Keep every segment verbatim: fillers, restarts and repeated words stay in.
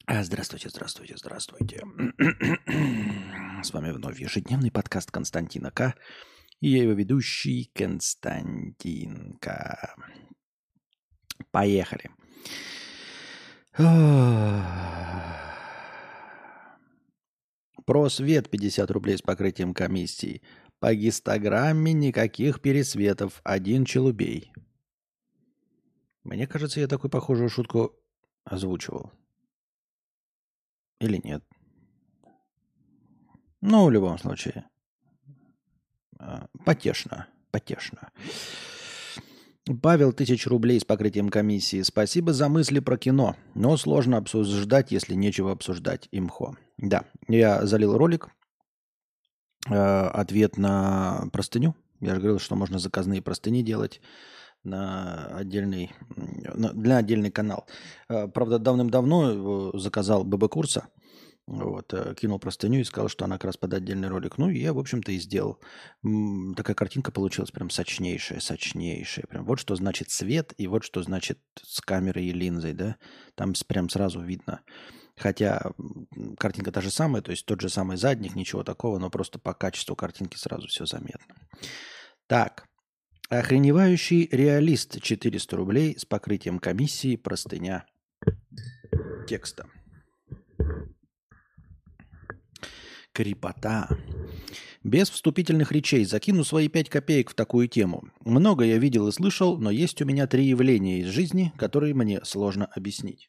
А, Здравствуйте, здравствуйте, здравствуйте. С вами вновь ежедневный подкаст Константина К. И я его ведущий Константинка. Поехали. Просвет пятьдесят рублей с покрытием комиссии. По гистограмме никаких пересветов. Один челубей. Мне кажется, я такую похожую шутку озвучивал. Или нет? Ну, в любом случае. Потешно. Потешно. Павел, тысяча рублей с покрытием комиссии. Спасибо за мысли про кино. Но сложно обсуждать, если нечего обсуждать. Имхо. Да, я залил ролик. Э, ответ на простыню. Я же говорил, что можно заказные простыни делать на отдельный, на, для отдельный канал. Э, правда, давным-давно его заказал ББ-курса. Вот, э, кинул простыню и сказал, что она как раз под отдельный ролик. Ну, и я, в общем-то, и сделал. М, Такая картинка получилась прям сочнейшая, сочнейшая. Прям вот что значит свет и вот что значит с камерой и линзой, да. Там с- прям сразу видно. Хотя м, картинка та же самая, то есть тот же самый задник, ничего такого, но просто по качеству картинки сразу все заметно. Так, охреневающий реалист четыреста рублей с покрытием комиссии простыня текста. Крепота. Без вступительных речей закину свои пять копеек в такую тему. Много я видел и слышал, но есть у меня три явления из жизни, которые мне сложно объяснить.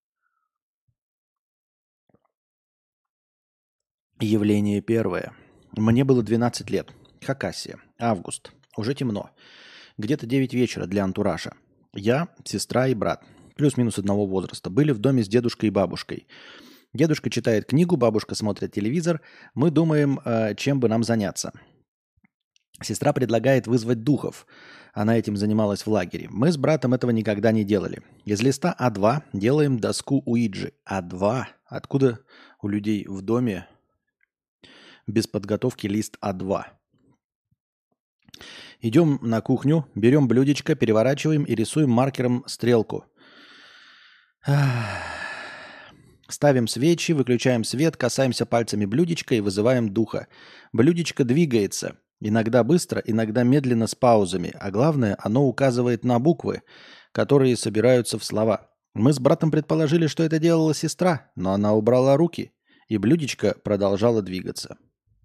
Явление первое. Мне было двенадцать лет. Хакасия. Август. Уже темно. Где-то девять вечера для антуража. Я, сестра и брат, плюс-минус одного возраста, были в доме с дедушкой и бабушкой. Дедушка читает книгу, бабушка смотрит телевизор. Мы думаем, э, чем бы нам заняться. Сестра предлагает вызвать духов. Она этим занималась в лагере. Мы с братом этого никогда не делали. Из листа А два делаем доску Уиджи. А два? Откуда у людей в доме без подготовки лист А два? Идем на кухню, берем блюдечко, переворачиваем и рисуем маркером стрелку. Ставим свечи, выключаем свет, касаемся пальцами блюдечка и вызываем духа. Блюдечко двигается. Иногда быстро, иногда медленно с паузами. А главное, оно указывает на буквы, которые собираются в слова. Мы с братом предположили, что это делала сестра, но она убрала руки, и блюдечко продолжало двигаться.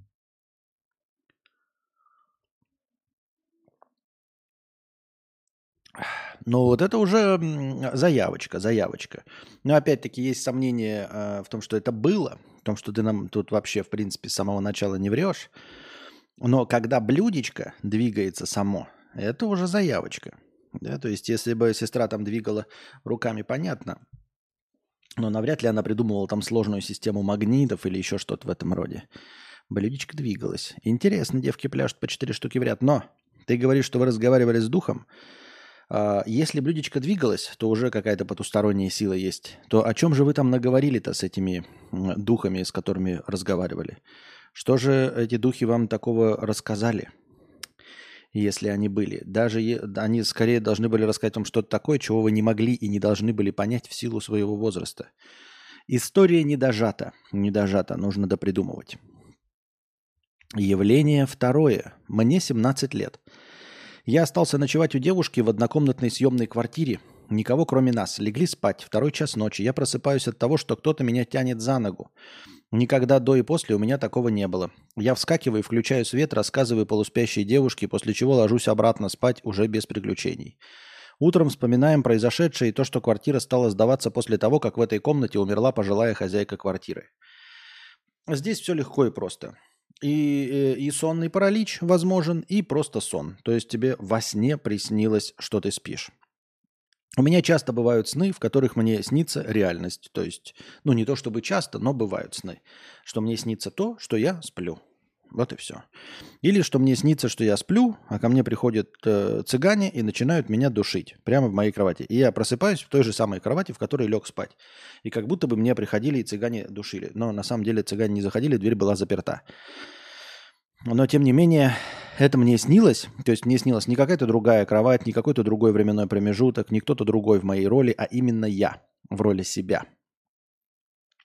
Ну, вот это уже м, заявочка, заявочка. Но опять-таки есть сомнения э, в том, что это было, в том, что ты нам тут вообще, в принципе, с самого начала не врешь. Но когда блюдечко двигается само, это уже заявочка. Да? То есть, если бы сестра там двигала руками, понятно. Но навряд ли она придумывала там сложную систему магнитов или еще что-то в этом роде. Блюдечко двигалось. Интересно, девки пляшут по четыре штуки в ряд. Но ты говоришь, что вы разговаривали с духом. А, Если блюдечко двигалось, то уже какая-то потусторонняя сила есть. То о чем же вы там наговорили-то с этими м, духами, с которыми разговаривали? Что же эти духи вам такого рассказали, если они были? Даже е- они скорее должны были рассказать вам что-то такое, чего вы не могли и не должны были понять в силу своего возраста. История не дожата. Не дожата, нужно допридумывать. Явление второе. Мне семнадцать лет. Я остался ночевать у девушки в однокомнатной съемной квартире. Никого, кроме нас. Легли спать. Второй час ночи. Я просыпаюсь от того, что кто-то меня тянет за ногу. Никогда до и после у меня такого не было. Я вскакиваю, включаю свет, рассказываю полуспящей девушке, после чего ложусь обратно спать уже без приключений. Утром вспоминаем произошедшее и то, что квартира стала сдаваться после того, как в этой комнате умерла пожилая хозяйка квартиры. Здесь все легко и просто. И, э, и сонный паралич возможен, и просто сон. То есть тебе во сне приснилось, что ты спишь. У меня часто бывают сны, в которых мне снится реальность. То есть, ну не то чтобы часто, но бывают сны. Что мне снится то, что я сплю. Вот и все. Или что мне снится, что я сплю, а ко мне приходят э, цыгане и начинают меня душить прямо в моей кровати. И я просыпаюсь в той же самой кровати, в которой лег спать. И как будто бы мне приходили и цыгане душили. Но на самом деле цыгане не заходили, дверь была заперта. Но тем не менее, это мне снилось. То есть мне снилась не какая-то другая кровать, не какой-то другой временной промежуток, не кто-то другой в моей роли, а именно я в роли себя.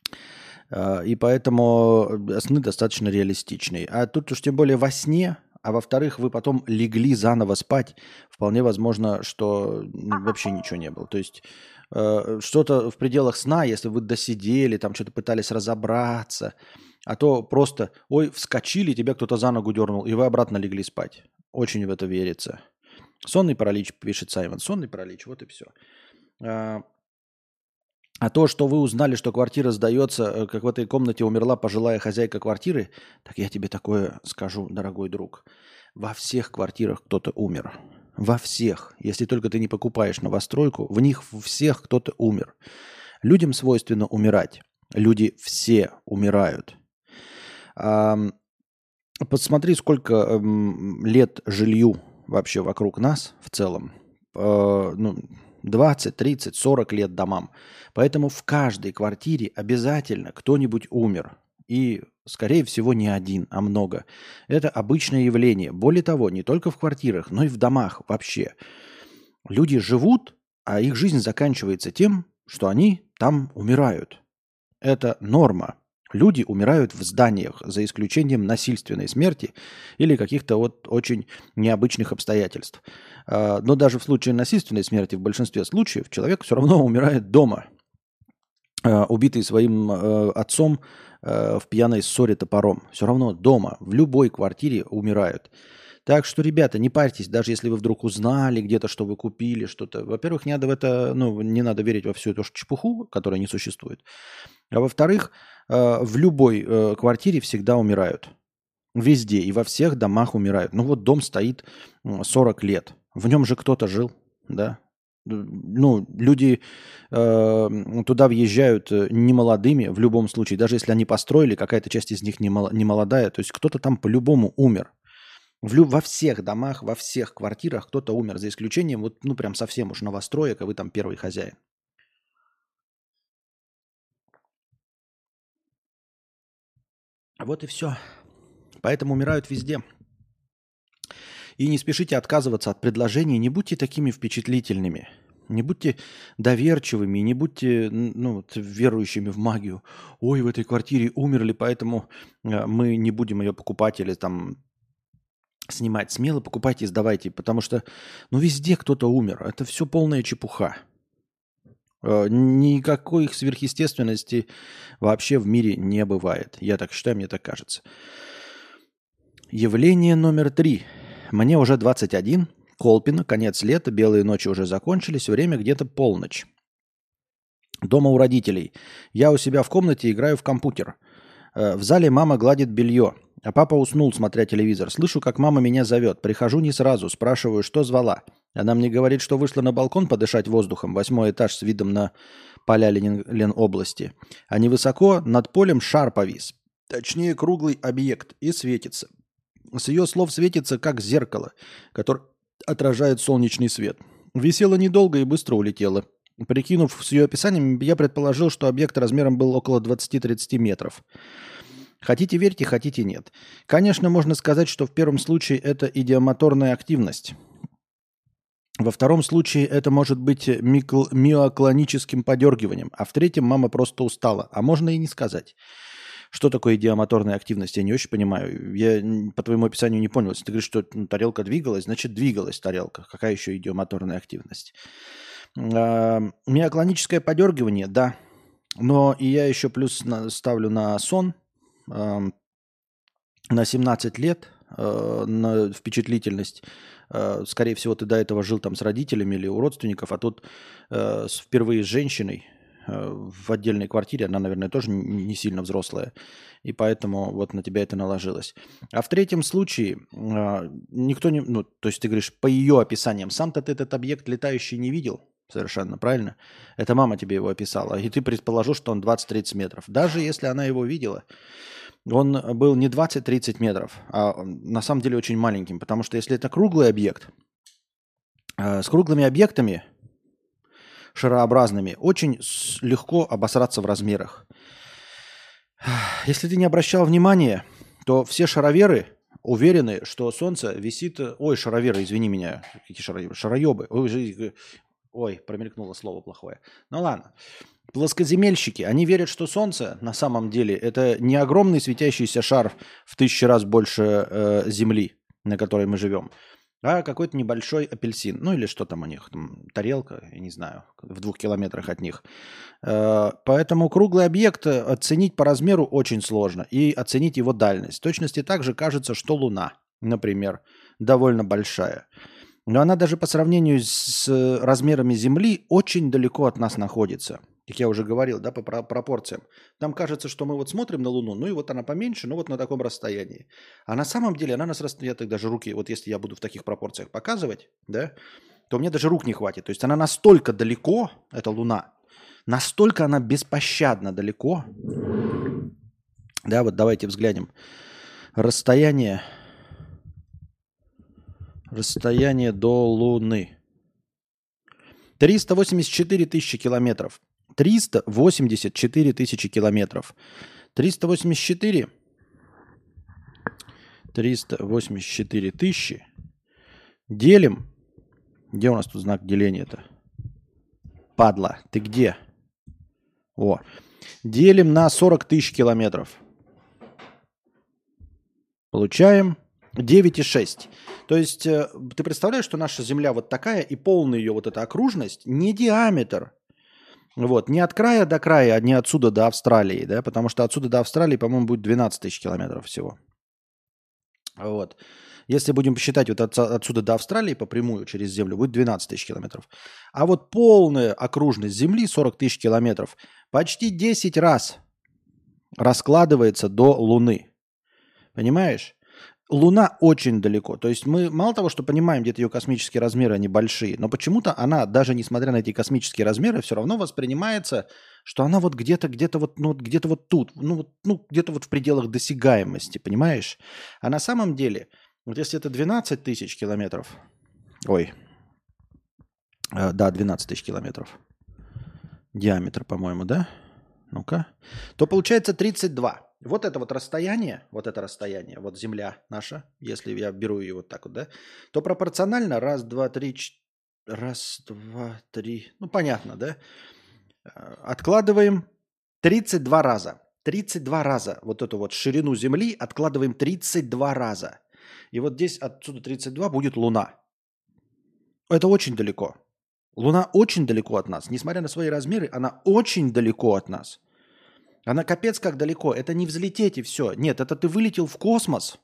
А, И поэтому э, сны достаточно реалистичные. А тут уж тем более во сне, а во-вторых, вы потом легли заново спать. Вполне возможно, что ну, вообще ничего не было. То есть э, что-то в пределах сна, если вы досидели, там что-то пытались разобраться, а то просто, ой, вскочили, тебя кто-то за ногу дернул, и вы обратно легли спать. Очень в это верится. Сонный паралич, пишет Саймон. Сонный паралич, вот и все. А а то, что вы узнали, что квартира сдается, э, как в этой комнате умерла пожилая хозяйка квартиры, так я тебе такое скажу, дорогой друг. Во всех квартирах кто-то умер. Во всех. Если только ты не покупаешь новостройку, в них у всех кто-то умер. Людям свойственно умирать. Люди все умирают. Ам, Посмотри, сколько эм, лет жилью вообще вокруг нас в целом. Э, ну, двадцать, тридцать, сорок лет домам. Поэтому в каждой квартире обязательно кто-нибудь умер. И, скорее всего, не один, а много. Это обычное явление. Более того, не только в квартирах, но и в домах вообще. Люди живут, а их жизнь заканчивается тем, что они там умирают. Это норма. Люди умирают в зданиях, за исключением насильственной смерти или каких-то вот очень необычных обстоятельств. А, Но даже в случае насильственной смерти, в большинстве случаев, человек все равно умирает дома, а, убитый своим э, отцом э, в пьяной ссоре топором. Все равно дома, в любой квартире умирают. Так что, ребята, не парьтесь, даже если вы вдруг узнали где-то, что вы купили, что-то. Во-первых, не надо в это, ну, не надо верить во всю эту чепуху, которая не существует. А во-вторых, э, в любой э, квартире всегда умирают. Везде и во всех домах умирают. Ну вот дом стоит м, сорок лет. В нем же кто-то жил, да? Ну, люди э, туда въезжают э, немолодыми в любом случае. Даже если они построили, какая-то часть из них не мало- не молодая. То есть кто-то там по-любому умер. В лю- во всех домах, во всех квартирах кто-то умер. За исключением вот, ну, прям совсем уж новостроек, а вы там первый хозяин. Вот и все. Поэтому умирают везде. И не спешите отказываться от предложений, не будьте такими впечатлительными, не будьте доверчивыми, не будьте н- ну, вот, верующими в магию. Ой, в этой квартире умерли, поэтому э, мы не будем ее покупать или там снимать. Смело покупайте и сдавайте, потому что ну, везде кто-то умер. Это все полная чепуха. Э, Никакой сверхъестественности вообще в мире не бывает. Я так считаю, мне так кажется. Явление номер три. Мне уже двадцать один. Колпино, конец лета, белые ночи уже закончились, время где-то полночь. Дома у родителей. Я у себя в комнате играю в компьютер. Э, В зале мама гладит белье, а папа уснул, смотря телевизор. Слышу, как мама меня зовет. Прихожу не сразу, спрашиваю, что звала. Она мне говорит, что вышла на балкон подышать воздухом, восьмой этаж с видом на поля Ленин... Ленобласти. А невысоко над полем шар повис. Точнее, круглый объект и светится. С ее слов светится, как зеркало, которое отражает солнечный свет. Висела недолго и быстро улетела. Прикинув с ее описанием, я предположил, что объект размером был около двадцать-тридцать метров. Хотите верьте, хотите нет. Конечно, можно сказать, что в первом случае это идиомоторная активность. Во втором случае это может быть микл- миоклоническим подергиванием, а в третьем мама просто устала. А можно и не сказать. Что такое идиомоторная активность, я не очень понимаю. Я н- по твоему описанию не понял. Если ты говоришь, что ну, тарелка двигалась, значит двигалась тарелка. Какая еще идиомоторная активность? А, Миоклоническое подергивание, да. Но и я еще плюс на- ставлю на сон, ам, на семнадцать лет, э, на впечатлительность. Э, Скорее всего, ты до этого жил там с родителями или у родственников, а тут э, с- впервые с женщиной э, в отдельной квартире, она, наверное, тоже н- не сильно взрослая, и поэтому вот на тебя это наложилось. А в третьем случае э, никто не... Ну, то есть ты говоришь, по ее описаниям, сам-то ты этот объект летающий не видел, совершенно правильно? Это мама тебе его описала, и ты предположил, что он двадцать-тридцать метров. Даже если она его видела, он был не двадцать-тридцать метров, а он на самом деле очень маленьким, потому что если это круглый объект, э, с круглыми объектами, шарообразными, очень с- легко обосраться в размерах. Если ты не обращал внимания, то все шароверы уверены, что Солнце висит... э, Ой, шароверы, извини меня, какие шароебы, шароебы, ой, же- Ой, промелькнуло слово плохое. Ну ладно. Плоскоземельщики, они верят, что Солнце на самом деле это не огромный светящийся шар в тысячу раз больше э, Земли, на которой мы живем, а какой-то небольшой апельсин. Ну или что там у них, там, тарелка, я не знаю, в двух километрах от них. Э, поэтому круглый объект оценить по размеру очень сложно и оценить его дальность. В точности также кажется, что Луна, например, довольно большая. Но она даже по сравнению с размерами Земли очень далеко от нас находится. Как я уже говорил, да, по пропорциям. Нам кажется, что мы вот смотрим на Луну, ну и вот она поменьше, но вот на таком расстоянии. А на самом деле она нас расстоит, я даже руки, вот если я буду в таких пропорциях показывать, да, то мне даже рук не хватит. То есть она настолько далеко, эта Луна, настолько она беспощадно далеко. Да, вот давайте взглянем. Расстояние, расстояние до Луны. триста восемьдесят четыре тысячи километров. триста восемьдесят четыре тысячи километров. триста восемьдесят четыре. триста восемьдесят четыре тысячи. Делим. Где у нас тут знак деления-то? Падла, ты где? О. Делим на сорок тысяч километров. Получаем девять и шесть. То есть ты представляешь, что наша Земля вот такая, и полная ее вот эта окружность, не диаметр. Вот, не от края до края, а не отсюда до Австралии, да, потому что отсюда до Австралии, по-моему, будет двенадцать тысяч километров всего. Вот. Если будем посчитать вот от, отсюда до Австралии по прямую через Землю, будет двенадцать тысяч километров. А вот полная окружность Земли, сорок тысяч километров, почти десять раз раскладывается до Луны. Понимаешь? Луна очень далеко. То есть мы мало того, что понимаем, где-то ее космические размеры, они большие, но почему-то она, даже несмотря на эти космические размеры, все равно воспринимается, что она вот где-то, где-то вот, ну, где-то вот тут, ну, вот, ну, где-то вот в пределах досягаемости, понимаешь? А на самом деле, вот если это двенадцать тысяч километров, ой, э, да, двенадцать тысяч километров, диаметр, по-моему, да? Ну-ка. То получается тридцать два. Вот это вот расстояние, вот это расстояние, вот Земля наша, если я беру ее вот так вот, да, то пропорционально раз, два, три, ч... раз, два, три, ну понятно, да, откладываем тридцать два раза. тридцать два раза вот эту вот ширину Земли откладываем тридцать два раза. И вот здесь отсюда тридцать два будет Луна. Это очень далеко. Луна очень далеко от нас. Несмотря на свои размеры, она очень далеко от нас. Она капец как далеко. Это не взлететь и все. Нет, это ты вылетел в космос,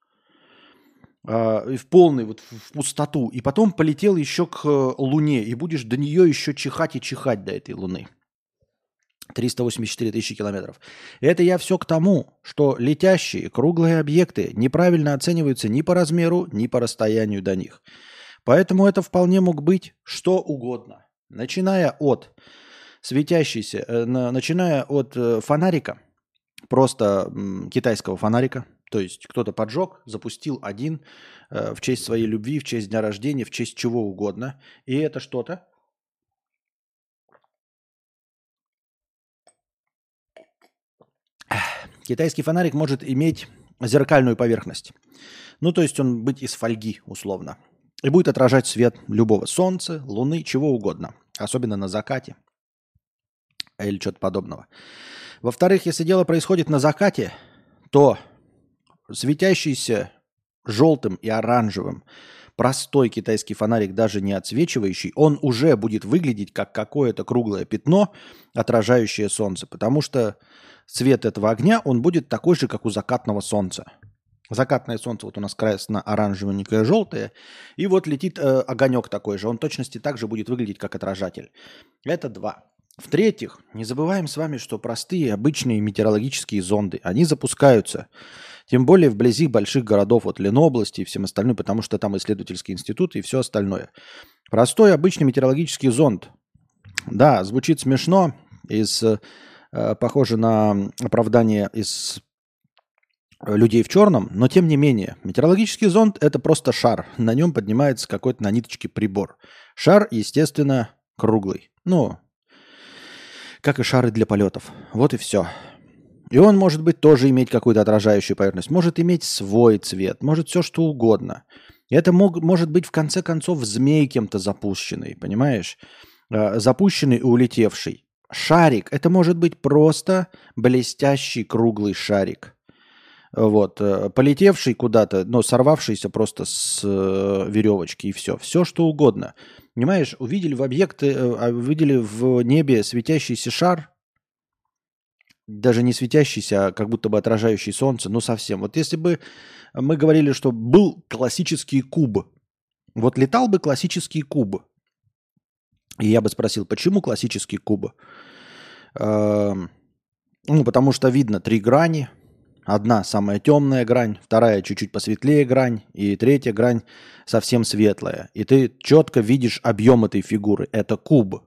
э, в полный, вот в пустоту, и потом полетел еще к Луне, и будешь до нее еще чихать и чихать до этой Луны. триста восемьдесят четыре тысячи километров. Это я все к тому, что летящие круглые объекты неправильно оцениваются ни по размеру, ни по расстоянию до них. Поэтому это вполне мог быть что угодно. Начиная от светящейся, э, начиная от э, фонарика, просто э, китайского фонарика, то есть кто-то поджег, запустил один э, в честь своей любви, в честь дня рождения, в честь чего угодно. И это что-то китайский фонарик может иметь зеркальную поверхность. Ну, то есть он быть из фольги, условно. И будет отражать свет любого солнца, луны, чего угодно. Особенно на закате. Или что-то подобного. Во-вторых, если дело происходит на закате, то светящийся желтым и оранжевым простой китайский фонарик, даже не отсвечивающий, он уже будет выглядеть как какое-то круглое пятно, отражающее солнце. Потому что цвет этого огня, он будет такой же, как у закатного солнца. Закатное солнце вот у нас красно-оранжевенькое, желтое, и вот летит э, огонек такой же. Он в точности также будет выглядеть как отражатель. Это два. В-третьих, не забываем с вами, что простые обычные метеорологические зонды, они запускаются, тем более вблизи больших городов, вот Ленобласти и всем остальным, потому что там исследовательские институты и все остальное. Простой обычный метеорологический зонд, да, звучит смешно, из, э, похоже на оправдание из людей в черном, но тем не менее, метеорологический зонд – это просто шар, на нем поднимается какой-то на ниточке прибор. Шар, естественно, круглый, ну, как и шары для полетов. Вот и все. И он может быть тоже иметь какую-то отражающую поверхность, может иметь свой цвет, может все что угодно. Это мог, может быть, в конце концов, змей кем-то запущенный, понимаешь? Э, запущенный и улетевший. Шарик. Это может быть просто блестящий круглый шарик. Вот. э, Полетевший куда-то, но сорвавшийся просто с э, веревочки и все. Все, что угодно. Понимаешь, увидели в объекты, э, а, увидели в небе светящийся шар, даже не светящийся, а как будто бы отражающий солнце, ну совсем. Вот если бы мы говорили, что был классический куб, вот летал бы классический куб, и я бы спросил, почему классический куб? Эм, Ну, потому что видно три грани. Одна самая темная грань, вторая чуть-чуть посветлее грань, и третья грань совсем светлая. И ты четко видишь объем этой фигуры. Это куб.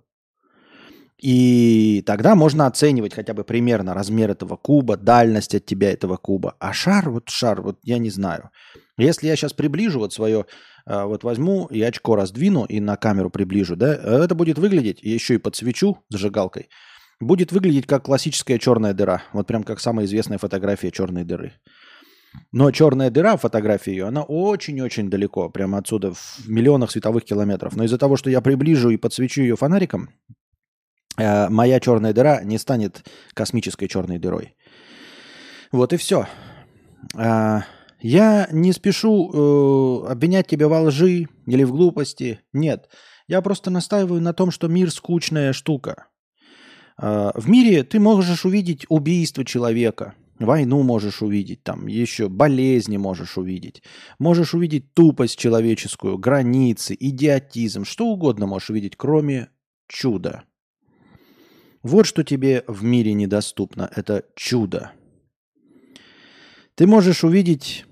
И тогда можно оценивать хотя бы примерно размер этого куба, дальность от тебя этого куба. А шар, вот шар, вот я не знаю. Если я сейчас приближу вот свое, э, вот возьму и очко раздвину и на камеру приближу, да, это будет выглядеть, и еще и подсвечу зажигалкой, будет выглядеть как классическая черная дыра. Вот прям как самая известная фотография черной дыры. Но черная дыра, фотография ее, она очень-очень далеко, прямо отсюда, в миллионах световых километров. Но из-за того, что я приближу и подсвечу ее фонариком, э, моя черная дыра не станет космической черной дырой. Вот и все. А, я не спешу э, обвинять тебя во лжи или в глупости. Нет. Я просто настаиваю на том, что мир скучная штука. А, в мире ты можешь увидеть убийство человека, войну можешь увидеть, там еще болезни можешь увидеть, можешь увидеть тупость человеческую, границы, идиотизм, что угодно можешь увидеть, кроме чуда. Вот что тебе в мире недоступно, это чудо. Ты можешь увидеть,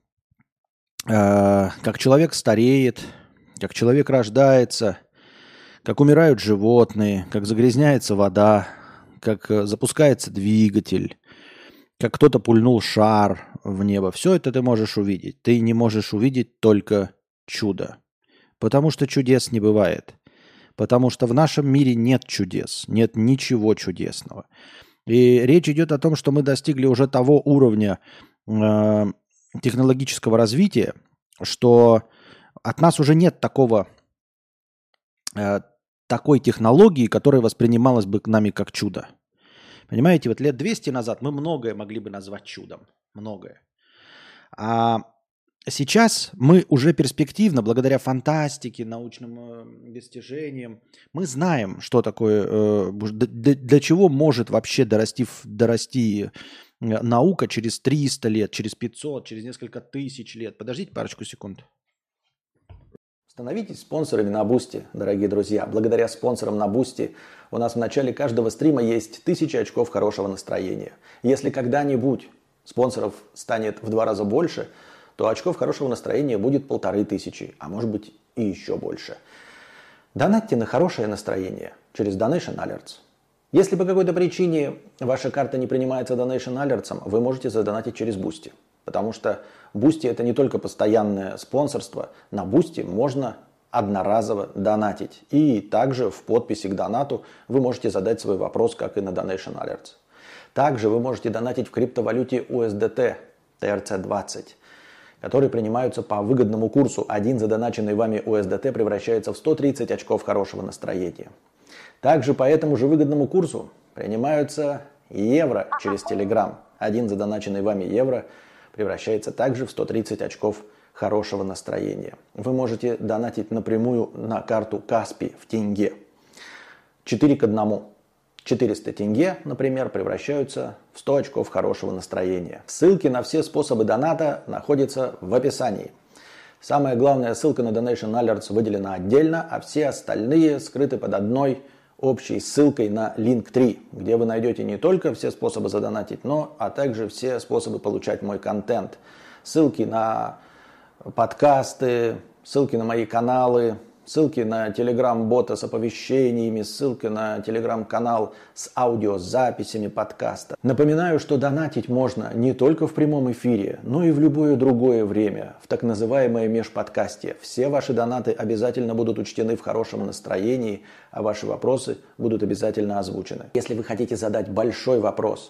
э, как человек стареет, как человек рождается, как умирают животные, как загрязняется вода, как э, запускается двигатель, как кто-то пульнул шар в небо. Все это ты можешь увидеть. Ты не можешь увидеть только чудо. Потому что чудес не бывает. Потому что в нашем мире нет чудес, нет ничего чудесного. И речь идет о том, что мы достигли уже того уровня э, технологического развития, что от нас уже нет такого, э, такой технологии, которая воспринималась бы нами как чудо. Понимаете, вот лет двести назад мы многое могли бы назвать чудом. Многое. А сейчас мы уже перспективно, благодаря фантастике, научным э, достижениям, мы знаем, что такое, э, д- д- для чего может вообще дорасти, ф- дорасти э, наука через триста лет, через пятьсот, через несколько тысяч лет. Подождите парочку секунд. Становитесь спонсорами на Бусти, дорогие друзья. Благодаря спонсорам на Бусти у нас в начале каждого стрима есть тысяча очков хорошего настроения. Если когда-нибудь спонсоров станет в два раза больше, то очков хорошего настроения будет полторы тысячи, а может быть и еще больше. Донатьте на хорошее настроение через Donation Alerts. Если по какой-то причине ваша карта не принимается Donation Alerts, вы можете задонатить через Boosty. Потому что Boosty это не только постоянное спонсорство. На Boosty можно одноразово донатить. И также в подписи к донату вы можете задать свой вопрос, как и на Donation Alerts. Также вы можете донатить в криптовалюте ю эс ди ти ти эр си двадцать, которые принимаются по выгодному курсу. Один задоначенный вами ю эс ди ти превращается в сто тридцать очков хорошего настроения. Также по этому же выгодному курсу принимаются евро через Telegram. Один задоначенный вами евро превращается также в сто тридцать очков хорошего настроения. Вы можете донатить напрямую на карту Каспи в тенге. четыре к одному. четыреста тенге, например, превращаются в сто очков хорошего настроения. Ссылки на все способы доната находятся в описании. Самая главная ссылка на Donation Alerts выделена отдельно, а все остальные скрыты под одной общей ссылкой на Linktree, где вы найдете не только все способы задонатить, но а также все способы получать мой контент. Ссылки на подкасты, ссылки на мои каналы, ссылки на телеграм-бота с оповещениями, ссылки на телеграм-канал с аудиозаписями подкаста. Напоминаю, что донатить можно не только в прямом эфире, но и в любое другое время, в так называемое межподкасте. Все ваши донаты обязательно будут учтены в хорошем настроении, а ваши вопросы будут обязательно озвучены. Если вы хотите задать большой вопрос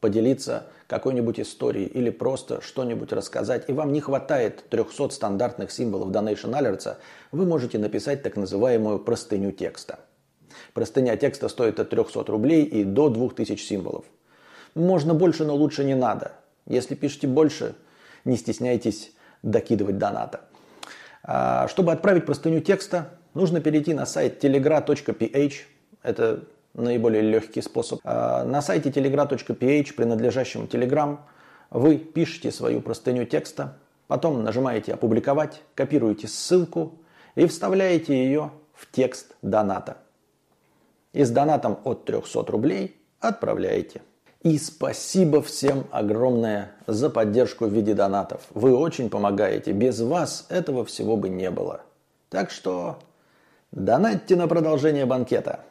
поделиться какой-нибудь историей или просто что-нибудь рассказать, и вам не хватает трехсот стандартных символов Donation Alerts, вы можете написать так называемую простыню текста. Простыня текста стоит от трехсот рублей и до двух тысяч символов. Можно больше, но лучше не надо. Если пишете больше, не стесняйтесь докидывать доната. А чтобы отправить простыню текста, нужно перейти на сайт telegra точка ph. Это наиболее легкий способ. А на сайте telegra точка ph, принадлежащем Telegram, вы пишете свою простыню текста, потом нажимаете «Опубликовать», копируете ссылку и вставляете ее в текст доната. И с донатом от трехсот рублей отправляете. И спасибо всем огромное за поддержку в виде донатов. Вы очень помогаете. Без вас этого всего бы не было. Так что донатьте на продолжение банкета.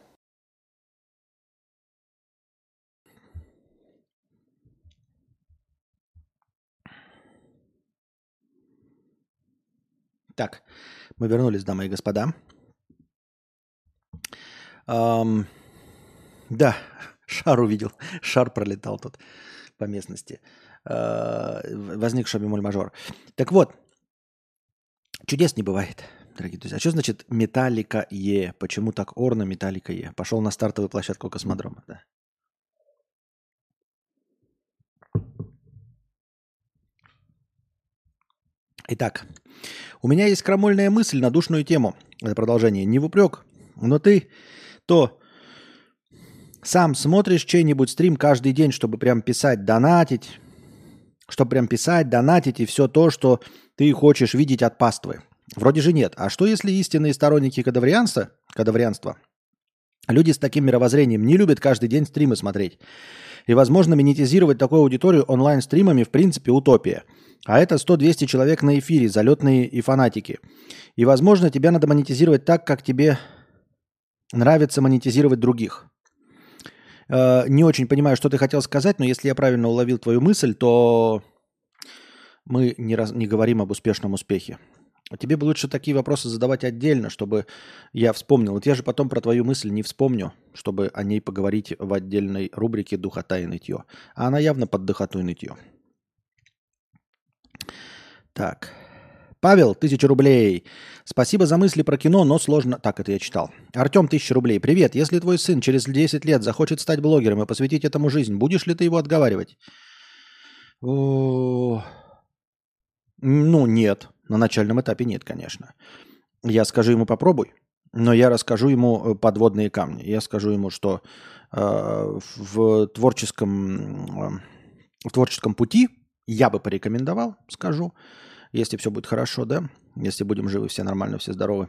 Так, мы вернулись, дамы и господа. Эм, да, шар увидел. Шар пролетал тут по местности. Э, возник шабемоль-мажор. Так вот, чудес не бывает, дорогие друзья. А что значит металлика Е? Почему так орно металлика Е? Пошел на стартовую площадку космодрома, да. Итак, у меня есть крамольная мысль на душную тему. Это продолжение. Не в упрек, но ты то сам смотришь чей-нибудь стрим каждый день, чтобы прям писать, донатить, чтобы прям писать, донатить и все то, что ты хочешь видеть от паствы. Вроде же нет. А что если истинные сторонники кадаврианства, кадаврианства, люди с таким мировоззрением не любят каждый день стримы смотреть? И, возможно, монетизировать такую аудиторию онлайн-стримами в принципе утопия. А это сто-двести человек на эфире, залетные и фанатики. И, возможно, тебя надо монетизировать так, как тебе нравится монетизировать других. Э, не очень понимаю, что ты хотел сказать, но если я правильно уловил твою мысль, то мы не, раз, не говорим об успешном успехе. Тебе бы лучше такие вопросы задавать отдельно, чтобы я вспомнил. Вот я же потом про твою мысль не вспомню, чтобы о ней поговорить в отдельной рубрике «Духота и нытье». А она явно под духоту и нытье. Так. Павел, тысяча рублей. Спасибо за мысли про кино, но сложно... Так, это я читал. Артем, тысяча рублей. Привет. Если твой сын через десять лет захочет стать блогером и посвятить этому жизнь, будешь ли ты его отговаривать? О... Ну, нет. На начальном этапе нет, конечно. Я скажу ему попробуй, но я расскажу ему подводные камни. Я скажу ему, что э, в, творческом, э, в творческом пути я бы порекомендовал, скажу, если все будет хорошо, да, если будем живы, все нормально, все здоровы.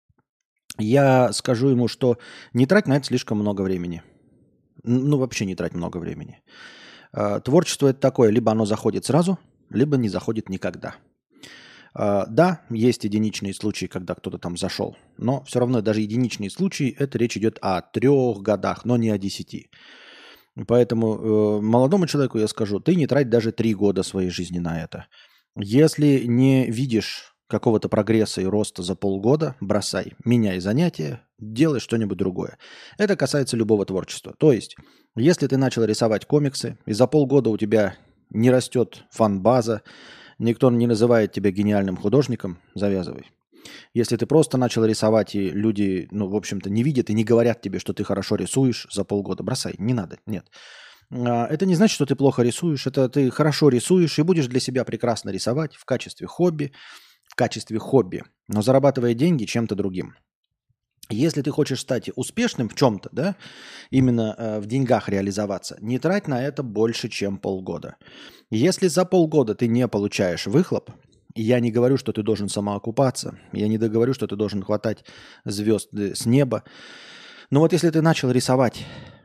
Я скажу ему, что не трать на это слишком много времени. Ну, вообще не трать много времени. Э, творчество это такое, либо оно заходит сразу, либо не заходит никогда. Uh, да, есть единичные случаи, когда кто-то там зашел, но все равно даже единичные случаи, это речь идет о трех годах, но не о десяти. Поэтому э, молодому человеку я скажу, ты не трать даже три года своей жизни на это. Если не видишь какого-то прогресса и роста за полгода, бросай, меняй занятия, делай что-нибудь другое. Это касается любого творчества. То есть, если ты начал рисовать комиксы, и за полгода у тебя не растет фан-база, никто не называет тебя гениальным художником, завязывай. Если ты просто начал рисовать, и люди, ну, в общем-то, не видят и не говорят тебе, что ты хорошо рисуешь за полгода, бросай, не надо, нет. Это не значит, что ты плохо рисуешь, это ты хорошо рисуешь и будешь для себя прекрасно рисовать в качестве хобби, в качестве хобби, но зарабатывая деньги чем-то другим. Если ты хочешь стать успешным в чем-то, да, именно э, в деньгах реализоваться, не трать на это больше, чем полгода. Если за полгода ты не получаешь выхлоп, и я не говорю, что ты должен самоокупаться, я не говорю, что ты должен хватать звезд с неба, но вот если ты начал рисовать,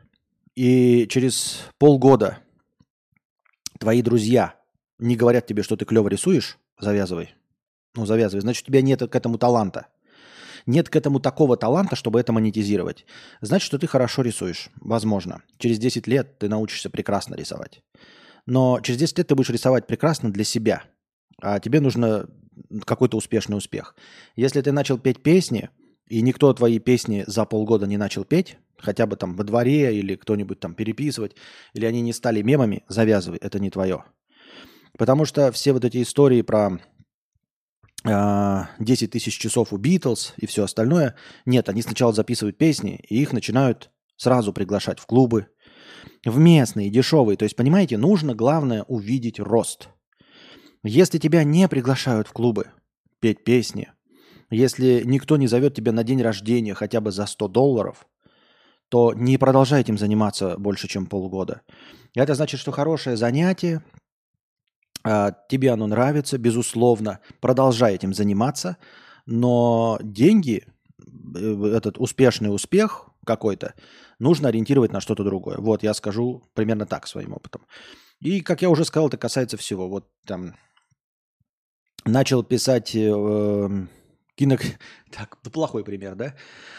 и через полгода твои друзья не говорят тебе, что ты клево рисуешь, завязывай. Ну, завязывай, значит, у тебя нет к этому таланта. Нет к этому такого таланта, чтобы это монетизировать. Значит, что ты хорошо рисуешь. Возможно. Через десять лет ты научишься прекрасно рисовать. Но через десять лет ты будешь рисовать прекрасно для себя. А тебе нужно какой-то успешный успех. Если ты начал петь песни, и никто твои песни за полгода не начал петь, хотя бы там во дворе или кто-нибудь там переписывать, или они не стали мемами, завязывай, это не твое. Потому что все вот эти истории про э, десять тысяч часов у Битлз и все остальное, нет, они сначала записывают песни, и их начинают сразу приглашать в клубы, в местные, дешевые. То есть, понимаете, нужно, главное, увидеть рост. Если тебя не приглашают в клубы петь песни, если никто не зовет тебя на день рождения хотя бы за сто долларов, то не продолжай этим заниматься больше, чем полгода. Это значит, что хорошее занятие, тебе оно нравится, безусловно, продолжай этим заниматься, но деньги, этот успешный успех какой-то, нужно ориентировать на что-то другое. Вот я скажу примерно так своим опытом. И, как я уже сказал, это касается всего. Вот там начал писать э, кино... Так, плохой пример, да?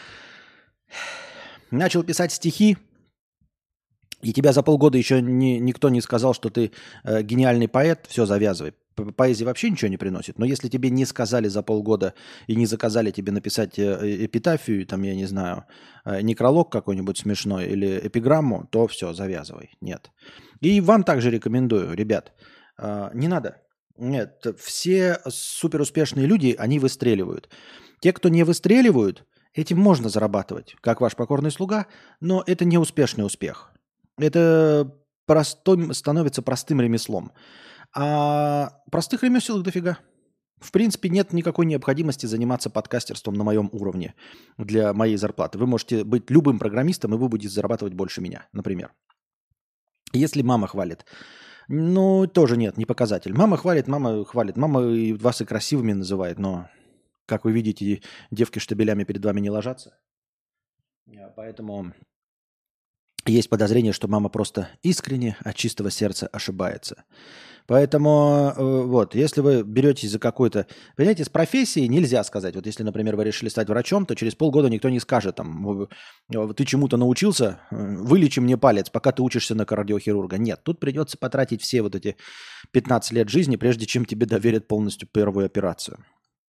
Начал писать стихи, и тебя за полгода еще не, никто не сказал, что ты э, гениальный поэт, все, завязывай. Поэзия вообще ничего не приносит. Но если тебе не сказали за полгода и не заказали тебе написать эпитафию, там, я не знаю, некролог какой-нибудь смешной или эпиграмму, то все, завязывай. Нет. И вам также рекомендую, ребят, не надо. Нет, все суперуспешные люди, они выстреливают. Те, кто не выстреливают, этим можно зарабатывать, как ваш покорный слуга, но это не успешный успех. Это простой, становится простым ремеслом. А простых ремесел дофига. В принципе, нет никакой необходимости заниматься подкастерством на моем уровне для моей зарплаты. Вы можете быть любым программистом, и вы будете зарабатывать больше меня, например. Если мама хвалит, ну, тоже нет, не показатель. Мама хвалит, мама хвалит. Мама вас и красивыми называет, но, как вы видите, девки штабелями перед вами не ложатся. Поэтому есть подозрение, что мама просто искренне от чистого сердца ошибается. Поэтому э, вот, если вы беретесь за какой-то... Понимаете, с профессией нельзя сказать. Вот если, например, вы решили стать врачом, то через полгода никто не скажет, там, ты чему-то научился, вылечи мне палец, пока ты учишься на кардиохирурга. Нет, тут придется потратить все вот эти пятнадцать лет жизни, прежде чем тебе доверят полностью первую операцию.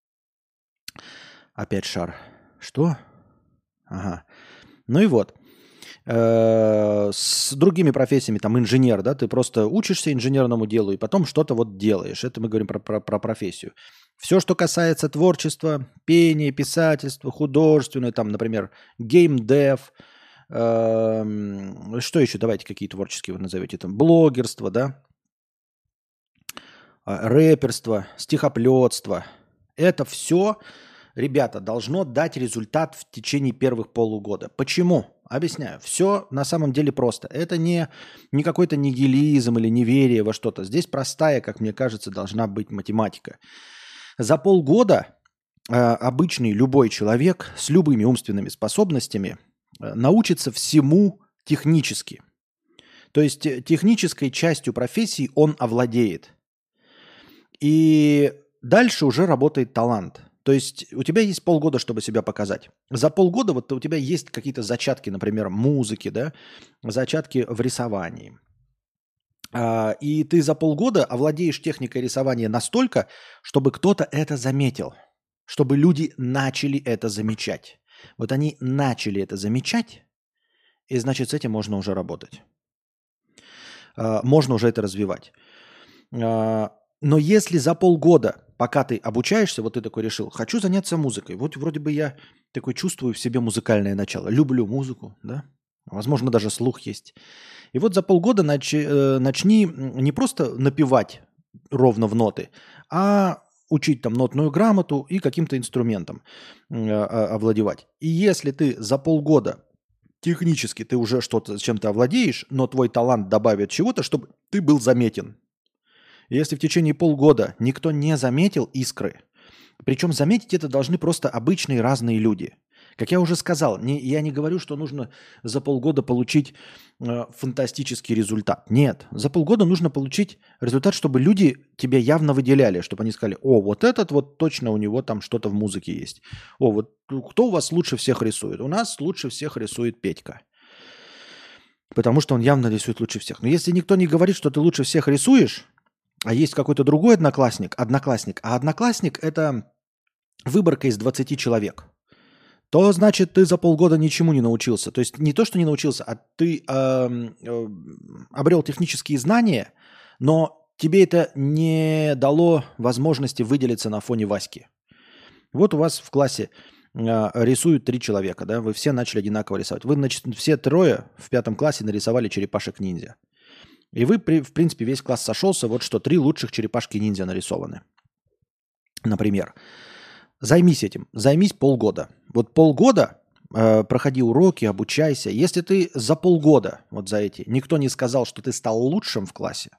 Опять шар. Что? Ага. Ну и вот. С другими профессиями, там инженер, да, ты просто учишься инженерному делу и потом что-то вот делаешь. Это мы говорим про, про, про профессию. Все, что касается творчества, пения, писательства, художественное, там, например, геймдев, э, что еще, давайте какие творческие вы назовете, там, блогерство, да, рэперство, стихоплетство. Это все, ребята, должно дать результат в течение первых полугода. Почему? Объясняю. Все на самом деле просто. Это не, не какой-то нигилизм или неверие во что-то. Здесь простая, как мне кажется, должна быть математика. За полгода э, обычный любой человек с любыми умственными способностями э, научится всему технически. То есть технической частью профессии он овладеет. И дальше уже работает талант. То есть у тебя есть полгода, чтобы себя показать. За полгода вот у тебя есть какие-то зачатки, например, музыки, да, зачатки в рисовании. И ты за полгода овладеешь техникой рисования настолько, чтобы кто-то это заметил, чтобы люди начали это замечать. Вот они начали это замечать, и значит с этим можно уже работать. Можно уже это развивать. Но если за полгода, пока ты обучаешься, вот ты такой решил, хочу заняться музыкой, вот вроде бы я такой чувствую в себе музыкальное начало, люблю музыку, да, возможно, даже слух есть. И вот за полгода нач, начни не просто напевать ровно в ноты, а учить там нотную грамоту и каким-то инструментом овладевать. И если ты за полгода технически ты уже что-то чем-то овладеешь, но твой талант добавит чего-то, чтобы ты был заметен. Если в течение полгода никто не заметил искры, причем заметить это должны просто обычные разные люди. Как я уже сказал, не, я не говорю, что нужно за полгода получить э, фантастический результат. Нет, за полгода нужно получить результат, чтобы люди тебя явно выделяли, чтобы они сказали, о, вот этот вот точно у него там что-то в музыке есть. О, вот кто у вас лучше всех рисует? У нас лучше всех рисует Петька. Потому что он явно рисует лучше всех. Но если никто не говорит, что ты лучше всех рисуешь, а есть какой-то другой одноклассник, одноклассник, а одноклассник – это выборка из двадцати человек. то значит ты за полгода ничему не научился. То есть не то, что не научился, а ты э, э, обрел технические знания, но тебе это не дало возможности выделиться на фоне Васьки. Вот у вас в классе э, рисуют три человека, да, вы все начали одинаково рисовать. Вы, значит, все трое в пятом классе нарисовали черепашек-ниндзя. И вы, в принципе, весь класс сошелся, вот что три лучших черепашки-ниндзя нарисованы. Например. Займись этим. Займись полгода. Вот полгода э, проходи уроки, обучайся. Если ты за полгода, вот за эти, никто не сказал, что ты стал лучшим в классе,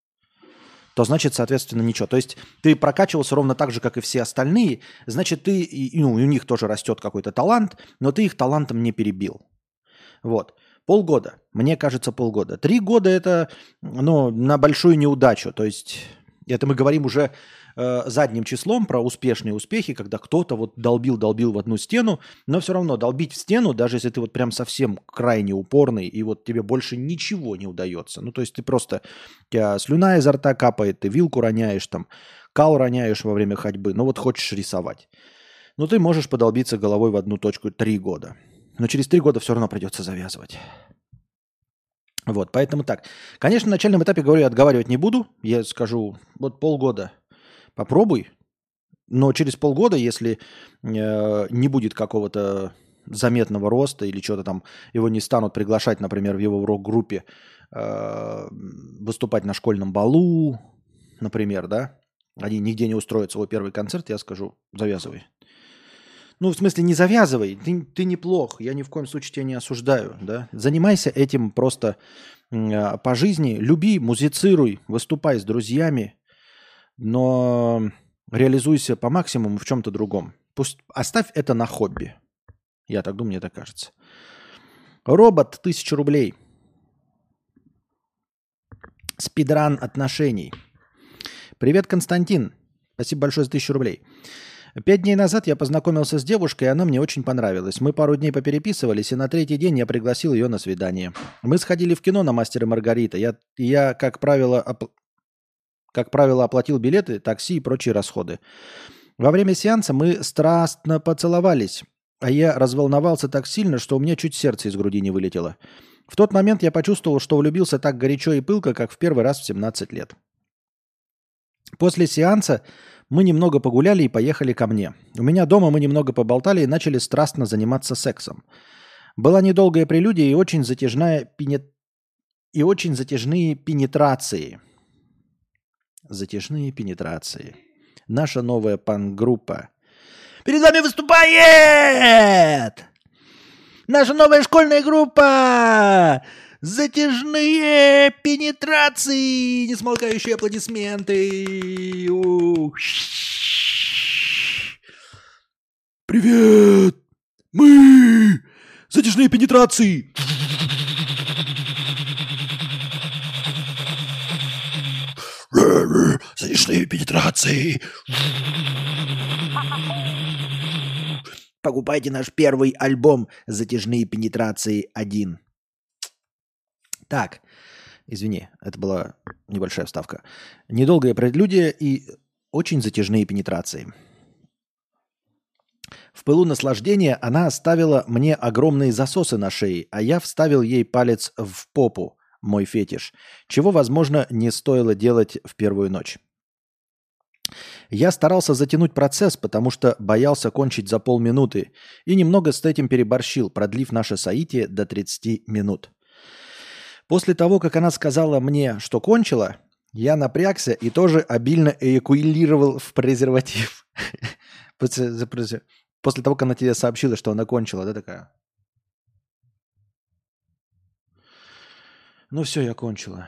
то значит, соответственно, ничего. То есть ты прокачивался ровно так же, как и все остальные, значит, ты, и, ну, у них тоже растет какой-то талант, но ты их талантом не перебил. Вот. Полгода. Мне кажется, полгода. Три года это, ну, на большую неудачу. То есть это мы говорим уже э, задним числом про успешные успехи, когда кто-то вот долбил-долбил в одну стену, но все равно долбить в стену, даже если ты вот прям совсем крайне упорный, и вот тебе больше ничего не удается. Ну, то есть ты просто, у тебя слюна изо рта капает, ты вилку роняешь, там, кал роняешь во время ходьбы, ну вот хочешь рисовать. Но ты можешь подолбиться головой в одну точку три года. Но через три года все равно придется завязывать. Вот, поэтому так. Конечно, на начальном этапе, говорю, отговаривать не буду. Я скажу, вот полгода попробуй. Но через полгода, если э, не будет какого-то заметного роста или что-то там, его не станут приглашать, например, в его рок-группе э, выступать на школьном балу, например, да, они нигде не устроят свой первый концерт, я скажу, завязывай. Ну, в смысле, не завязывай, ты, ты неплох, я ни в коем случае тебя не осуждаю, да. Занимайся этим просто э, по жизни, люби, музицируй, выступай с друзьями, но реализуйся по максимуму в чем-то другом. Пусть оставь это на хобби. Я так думаю, мне так кажется. Робот, тысяча рублей. Спидран отношений. Привет, Константин. Спасибо большое за тысячу рублей. Пять дней назад я познакомился с девушкой, и она мне очень понравилась. Мы пару дней попереписывались, и на третий день я пригласил ее на свидание. Мы сходили в кино на «Мастера и Маргарита». Я, я как правило, оп... как правило, оплатил билеты, такси и прочие расходы. Во время сеанса мы страстно поцеловались, а я разволновался так сильно, что у меня чуть сердце из груди не вылетело. В тот момент я почувствовал, что влюбился так горячо и пылко, как в первый раз в семнадцать лет. После сеанса мы немного погуляли и поехали ко мне. У меня дома мы немного поболтали и начали страстно заниматься сексом. Была недолгая прелюдия и очень затяжная пене... и очень затяжные пенетрации. Затяжные пенетрации. Наша новая панк-группа перед вами выступает! Наша новая школьная группа! Затяжные пенетрации! Несмолкающие аплодисменты! Ух. Привет! Мы! Затяжные пенетрации! Затяжные пенетрации! Покупайте наш первый альбом «Затяжные пенетрации один». Так, извини, это была небольшая вставка. Недолгое прелюдия и очень затяжные пенетрации. В пылу наслаждения она оставила мне огромные засосы на шее, а я вставил ей палец в попу, мой фетиш, чего, возможно, не стоило делать в первую ночь. Я старался затянуть процесс, потому что боялся кончить за полминуты, и немного с этим переборщил, продлив наше соитие до тридцати минут. После того, как она сказала мне, что кончила, я напрягся и тоже обильно эякулировал в презерватив. После того, как она тебе сообщила, что она кончила, да, такая? Ну все, я кончила.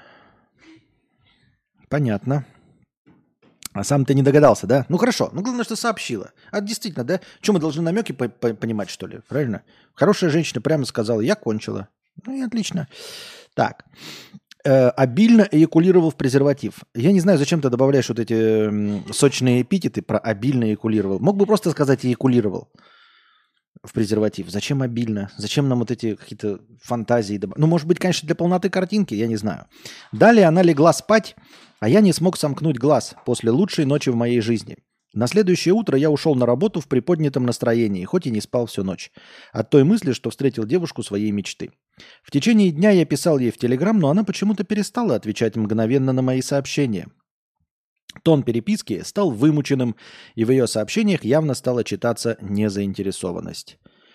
Понятно. А сам ты не догадался, да? Ну хорошо, ну главное, что сообщила. А действительно, да? Что, мы должны намеки по- по- понимать, что ли? Правильно? Хорошая женщина прямо сказала, я кончила. Ну и отлично. Так. Э, обильно эякулировал в презерватив. Я не знаю, зачем ты добавляешь вот эти э, сочные эпитеты про обильно эякулировал. Мог бы просто сказать эякулировал в презерватив. Зачем обильно? Зачем нам вот эти какие-то фантазии? Добав... Ну, может быть, конечно, для полноты картинки, я не знаю. Далее она легла спать, а я не смог сомкнуть глаз после лучшей ночи в моей жизни. На следующее утро я ушел на работу в приподнятом настроении, хоть и не спал всю ночь. От той мысли, что встретил девушку своей мечты. В течение дня я писал ей в Телеграм, но она почему-то перестала отвечать мгновенно на мои сообщения. Тон переписки стал вымученным, и в ее сообщениях явно стала читаться незаинтересованность.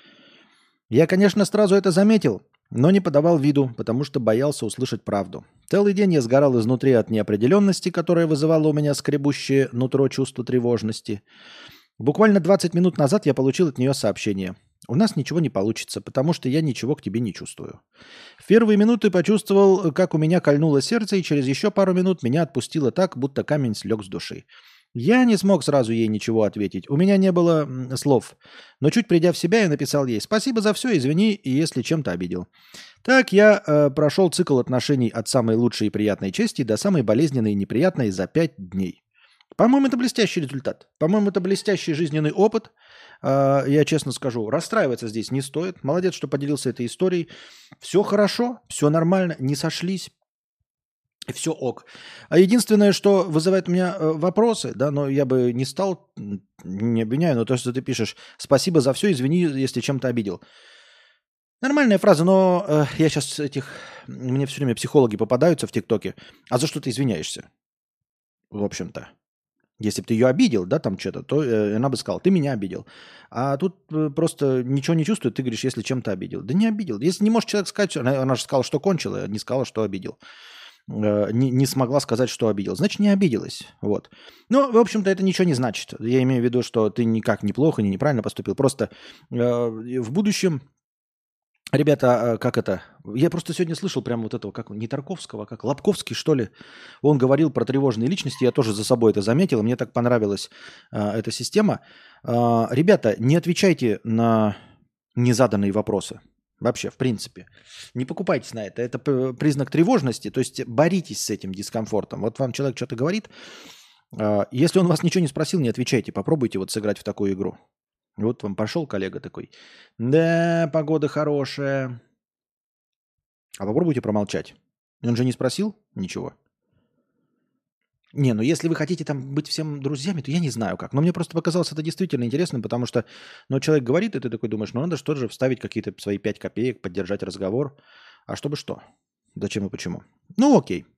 Я, конечно, сразу это заметил, но не подавал виду, потому что боялся услышать правду. Целый день я сгорал изнутри от неопределенности, которая вызывала у меня скребущее нутро чувство тревожности. Буквально двадцать минут назад я получил от нее сообщение. У нас ничего не получится, потому что я ничего к тебе не чувствую. В первые минуты почувствовал, как у меня кольнуло сердце, и через еще пару минут меня отпустило так, будто камень слег с души. Я не смог сразу ей ничего ответить. У меня не было м, слов. Но чуть придя в себя, я написал ей «Спасибо за все, извини, если чем-то обидел». Так я э, прошел цикл отношений от самой лучшей и приятной части до самой болезненной и неприятной за пять дней. По-моему, это блестящий результат. По-моему, это блестящий жизненный опыт. Э, я честно скажу, расстраиваться здесь не стоит. Молодец, что поделился этой историей. Все хорошо, все нормально, не сошлись. И все ок. А единственное, что вызывает у меня э, вопросы, да, но я бы не стал, не обвиняю, но то, что ты пишешь «Спасибо за все, извини, если чем-то обидел». Нормальная фраза, но э, я сейчас этих... Мне все время психологи попадаются в ТикТоке. А за что ты извиняешься? В общем-то. Если бы ты ее обидел, да, там что-то, то э, она бы сказала, ты меня обидел. А тут э, просто ничего не чувствует, ты говоришь, если чем-то обидел. Да не обидел. Если не может человек сказать, она, она же сказала, что кончила, не сказала, что обидел. Э, не, не смогла сказать, что обидел. Значит, не обиделась. Вот. Ну, в общем-то, это ничего не значит. Я имею в виду, что ты никак неплохо, не неправильно поступил. Просто э, в будущем... Ребята, а, как это? Я просто сегодня слышал прямо вот этого, как не Тарковского, а как Лобковский, что ли. Он говорил про тревожные личности, я тоже за собой это заметил, мне так понравилась а, эта система. А, ребята, не отвечайте на незаданные вопросы. Вообще, в принципе. Не покупайтесь на это. Это признак тревожности, то есть боритесь с этим дискомфортом. Вот вам человек что-то говорит, а, если он вас ничего не спросил, не отвечайте, попробуйте вот сыграть в такую игру. Вот вам пошел коллега такой, да, погода хорошая. А попробуйте промолчать. Он же не спросил ничего. Не, ну если вы хотите там быть всем друзьями, то я не знаю как. Но мне просто показалось это действительно интересным, потому что ну, человек говорит, и ты такой думаешь, ну надо что же вставить какие-то свои пять копеек, поддержать разговор. А чтобы что? Зачем и почему? Ну окей.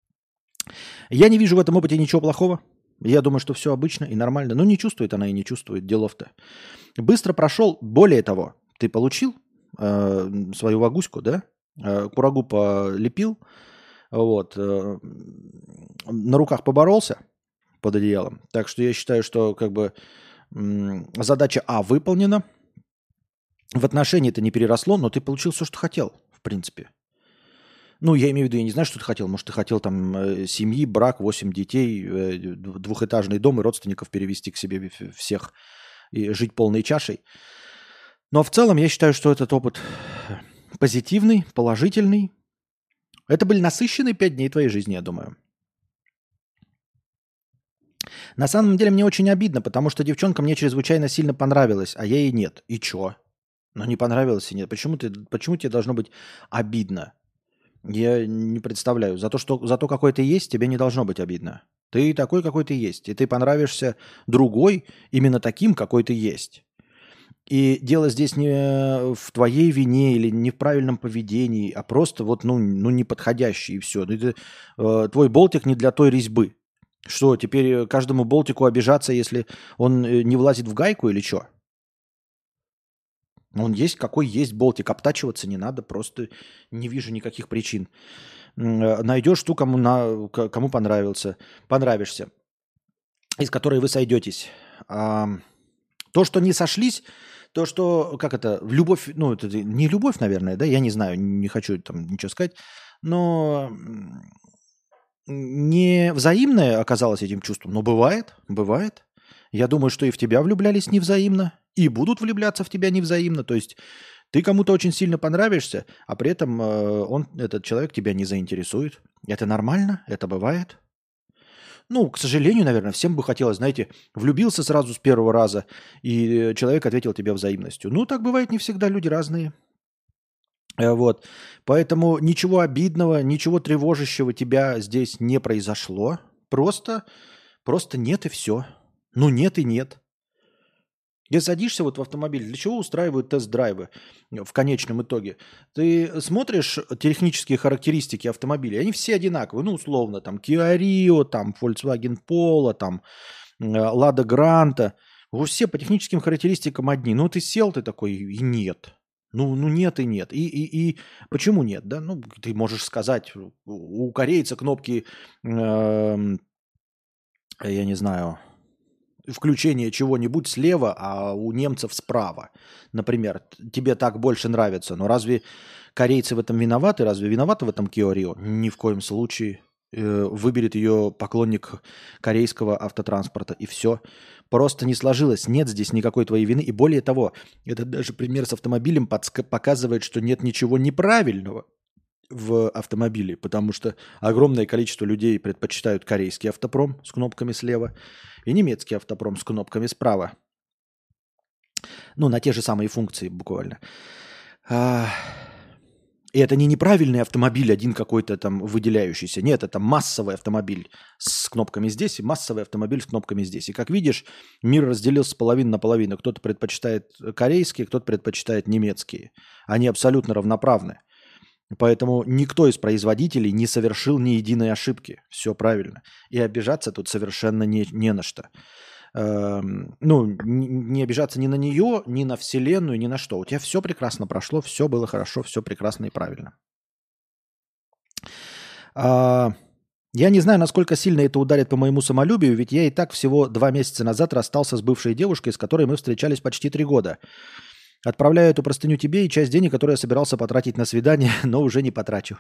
Я не вижу в этом опыте ничего плохого. Я думаю, что все обычно и нормально. Но не чувствует она и не чувствует делов-то. Быстро прошел. Более того, ты получил э, свою вагуську, да? Э, курагу полепил. Вот. Э, на руках поборолся под одеялом. Так что я считаю, что как бы э, задача А выполнена. В отношении это не переросло, но ты получил все, что хотел, в принципе. Ну, я имею в виду, я не знаю, что ты хотел. Может, ты хотел там э, семьи, брак, восемь детей, э, двухэтажный дом и родственников перевести к себе всех и жить полной чашей. Но в целом я считаю, что этот опыт позитивный, положительный. Это были насыщенные пять дней твоей жизни, я думаю. На самом деле мне очень обидно, потому что девчонка мне чрезвычайно сильно понравилась, а я ей нет. И чё? Ну, не понравилась и нет. Почему, ты, почему тебе должно быть обидно? Я не представляю. За то, что, за то, какой ты есть, тебе не должно быть обидно. Ты такой, какой ты есть. И ты понравишься другой именно таким, какой ты есть. И дело здесь не в твоей вине или не в правильном поведении, а просто вот, ну, ну неподходящий и все. Ты, э, твой болтик не для той резьбы. Что, теперь каждому болтику обижаться, если он не влазит в гайку или что? Он есть, какой есть болтик. Обтачиваться не надо, просто не вижу никаких причин. Найдешь ту, кому, на, кому понравился, понравишься, из которой вы сойдетесь. А, то, что не сошлись, то, что, как это, в любовь, ну, это не любовь, наверное, да, я не знаю, не хочу там ничего сказать, но не взаимное оказалось этим чувством, но бывает, бывает. Я думаю, что и в тебя влюблялись невзаимно, и будут влюбляться в тебя невзаимно. То есть ты кому-то очень сильно понравишься, а при этом э, он, этот человек тебя не заинтересует. Это нормально, это бывает. Ну, к сожалению, наверное, всем бы хотелось, знаете, влюбился сразу с первого раза, и человек ответил тебе взаимностью. Ну, так бывает не всегда, люди разные. Вот. Поэтому ничего обидного, ничего тревожащего тебя здесь не произошло. Просто, просто нет и все. Ну нет и нет. Если садишься вот в автомобиль, для чего устраивают тест-драйвы в конечном итоге? Ты смотришь технические характеристики автомобиля, они все одинаковые, ну условно, там Kia Rio, там Volkswagen Polo, там э, Lada Granta, все по техническим характеристикам одни. Ну ты сел, ты такой, и нет. Ну, ну нет и нет. И, и, и почему нет? Да? Ну, ты можешь сказать, у корейца кнопки, э, я не знаю, включение чего-нибудь слева, а у немцев справа. Например, тебе так больше нравится. Но разве корейцы в этом виноваты? Разве виноваты в этом Kia Rio? Ни в коем случае. Э, Выберет ее поклонник корейского автотранспорта. И все. Просто не сложилось. Нет здесь никакой твоей вины. И более того, этот даже пример с автомобилем подск- показывает, что нет ничего неправильного в автомобиле, потому что огромное количество людей предпочитают корейский автопром с кнопками слева и немецкий автопром с кнопками справа. Ну, на те же самые функции буквально. А, И это не неправильный автомобиль, один какой-то там выделяющийся. Нет, это массовый автомобиль с кнопками здесь и массовый автомобиль с кнопками здесь. И как видишь, мир разделился половину на половину. Кто-то предпочитает корейские, кто-то предпочитает немецкие. Они абсолютно равноправны. Поэтому никто из производителей не совершил ни единой ошибки. Все правильно. И обижаться тут совершенно не, не на что. Эм, ну, не, не обижаться ни на нее, ни на Вселенную, ни на что. У тебя все прекрасно прошло, все было хорошо, все прекрасно и правильно. А, я не знаю, насколько сильно это ударит по моему самолюбию, ведь я и так всего два месяца назад расстался с бывшей девушкой, с которой мы встречались почти три года. Отправляю эту простыню тебе и часть денег, которые я собирался потратить на свидание, но уже не потрачу.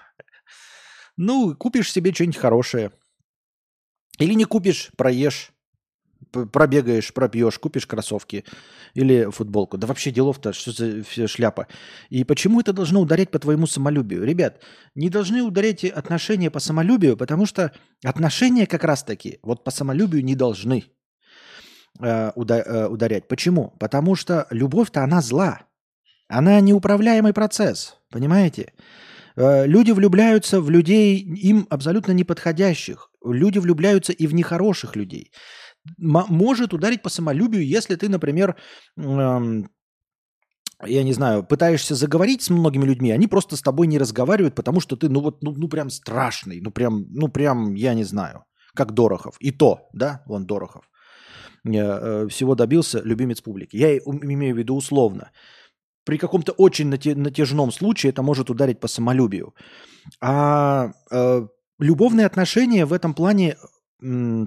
Ну, купишь себе что-нибудь хорошее. Или не купишь, проешь, п- пробегаешь, пропьешь, купишь кроссовки или футболку. Да вообще делов-то, что за фи- шляпа. И почему это должно ударять по твоему самолюбию? Ребят, не должны ударять отношения по самолюбию, потому что отношения как раз-таки вот по самолюбию не должны э, уда- э, ударять. Почему? Потому что любовь-то она зла. Она неуправляемый процесс, понимаете? Э, Люди влюбляются в людей им абсолютно неподходящих. Люди влюбляются и в нехороших людей. М- может ударить по самолюбию, если ты, например, эм, я не знаю, пытаешься заговорить с многими людьми, они просто с тобой не разговаривают, потому что ты, ну вот, ну, ну прям страшный, ну прям, ну прям, я не знаю, как Дорохов. И то, да, вон Дорохов. Э, э, Всего добился любимец публики. Я и- ум- имею в виду условно. При каком-то очень нате- натяжном случае это может ударить по самолюбию. А э, любовные отношения в этом плане, м,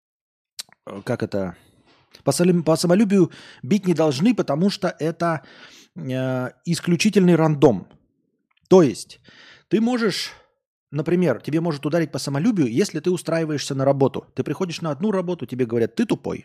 э, как это, по, солю- по самолюбию бить не должны, потому что это э, исключительный рандом. То есть ты можешь, например, тебе может ударить по самолюбию, если ты устраиваешься на работу. Ты приходишь на одну работу, тебе говорят, ты тупой.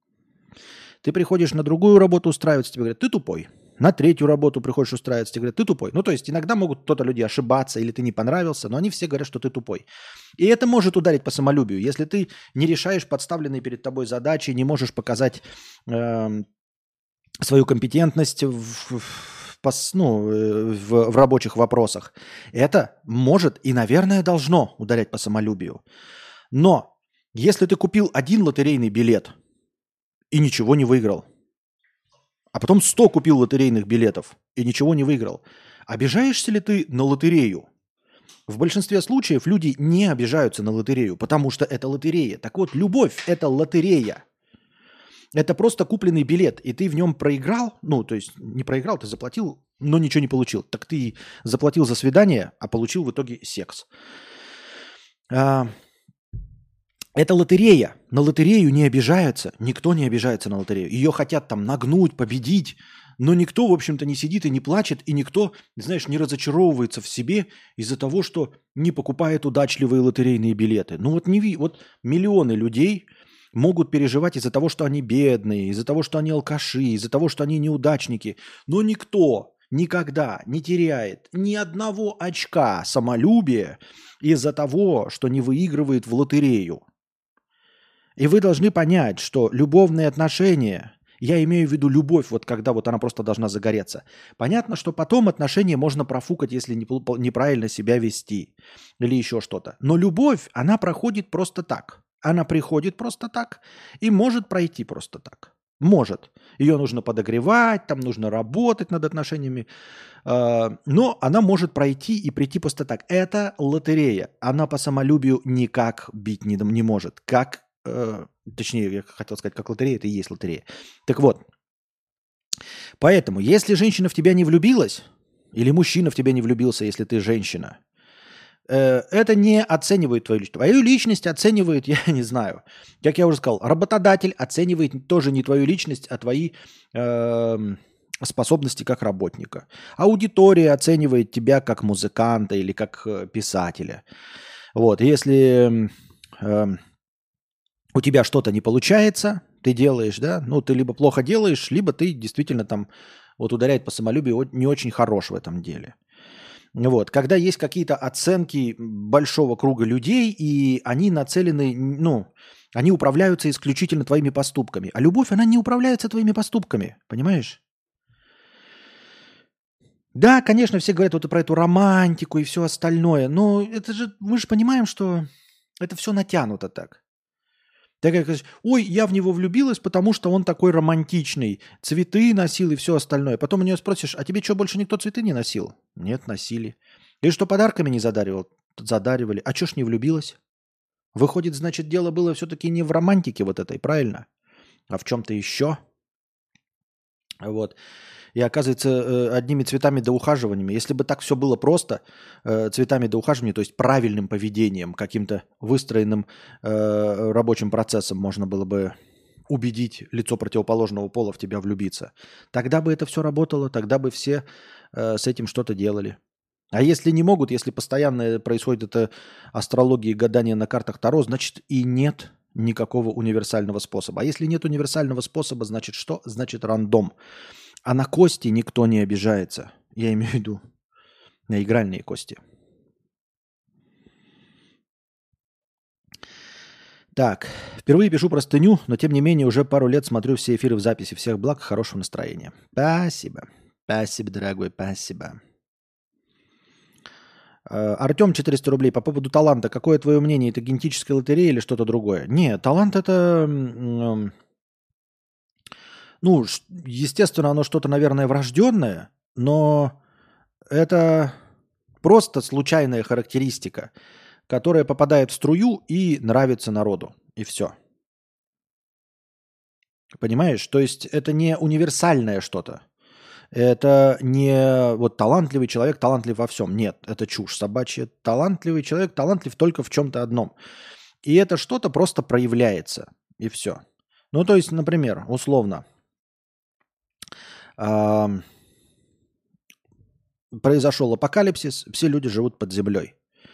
Ты приходишь на другую работу устраиваться, тебе говорят, ты тупой. На третью работу приходишь устраиваться, тебе говорят, ты тупой. Ну, то есть иногда могут кто-то люди ошибаться или ты не понравился, но они все говорят, что ты тупой. И это может ударить по самолюбию. Если ты не решаешь подставленные перед тобой задачи, не можешь показать эм, свою компетентность в, в пос- ну, э, в- в рабочих вопросах, это может и, наверное, должно ударять по самолюбию. Но если ты купил один лотерейный билет и ничего не выиграл, а потом сто купил лотерейных билетов и ничего не выиграл, обижаешься ли ты на лотерею? В большинстве случаев люди не обижаются на лотерею, потому что это лотерея. Так вот, любовь – это лотерея. Это просто купленный билет, и ты в нем проиграл, ну, то есть не проиграл, ты заплатил, но ничего не получил. Так ты заплатил за свидание, а получил в итоге секс. А, Это лотерея. На лотерею не обижаются. Никто не обижается на лотерею. Ее хотят там нагнуть, победить. Но никто, в общем-то, не сидит и не плачет. И никто, знаешь, не разочаровывается в себе из-за того, что не покупает удачливые лотерейные билеты. Ну вот, не ви... вот миллионы людей могут переживать из-за того, что они бедные, из-за того, что они алкаши, из-за того, что они неудачники. Но никто никогда не теряет ни одного очка самолюбия из-за того, что не выигрывает в лотерею. И вы должны понять, что любовные отношения, я имею в виду любовь, вот когда вот она просто должна загореться. Понятно, что потом отношения можно профукать, если неправильно себя вести или еще что-то. Но любовь, она проходит просто так. Она приходит просто так и может пройти просто так. Может. Ее нужно подогревать, там нужно работать над отношениями. э, Но она может пройти и прийти просто так. Это лотерея. Она по самолюбию никак бить не, не может. Как, э, точнее, я хотел сказать, как лотерея, это и есть лотерея. Так вот. Поэтому, если женщина в тебя не влюбилась, или мужчина в тебя не влюбился, если ты женщина, э, это не оценивает твою личность. Твою личность оценивает, я не знаю, как я уже сказал, работодатель оценивает тоже не твою личность, а твои э, способности как работника. Аудитория оценивает тебя как музыканта или как э, писателя. Вот, если э, у тебя что-то не получается, ты делаешь, да, ну, ты либо плохо делаешь, либо ты действительно там вот ударяет по самолюбию, не очень хорош в этом деле. Вот, когда есть какие-то оценки большого круга людей, и они нацелены, ну, они управляются исключительно твоими поступками. А любовь, она не управляется твоими поступками, понимаешь? Да, конечно, все говорят вот про эту романтику и все остальное, но это же, мы же понимаем, что это все натянуто так. Такая, говоришь, ой, я в него влюбилась, потому что он такой романтичный. Цветы носил и все остальное. Потом у нее спросишь, а тебе что, больше никто цветы не носил? Нет, носили. И что, подарками не задаривал? Задаривали. А что ж не влюбилась? Выходит, значит, дело было все-таки не в романтике вот этой, правильно? А в чем-то еще. Вот. И оказывается, э, одними цветами да ухаживаниями. Если бы так все было просто, э, цветами да ухаживаниями, то есть правильным поведением, каким-то выстроенным э, рабочим процессом можно было бы убедить лицо противоположного пола в тебя влюбиться, тогда бы это все работало, тогда бы все э, с этим что-то делали. А если не могут, если постоянно происходит это астрология и гадание на картах Таро, значит и нет никакого универсального способа. А если нет универсального способа, значит что? Значит рандом. А на кости никто не обижается. Я имею в виду на игральные кости. Так, впервые пишу простыню, но тем не менее уже пару лет смотрю все эфиры в записи. Всех благ, хорошего настроения. Спасибо. Спасибо, дорогой, спасибо. Артем, четыреста рублей. По поводу таланта. Какое твое мнение? Это генетическая лотерея или что-то другое? Не, талант это... Ну, естественно, оно что-то, наверное, врожденное, но это просто случайная характеристика, которая попадает в струю и нравится народу. И все. Понимаешь? То есть это не универсальное что-то. Это не вот талантливый человек талантлив во всем. Нет, это чушь собачья. Талантливый человек талантлив только в чем-то одном. И это что-то просто проявляется. И все. Ну, то есть, например, условно, э, произошел апокалипсис, все люди живут под землей.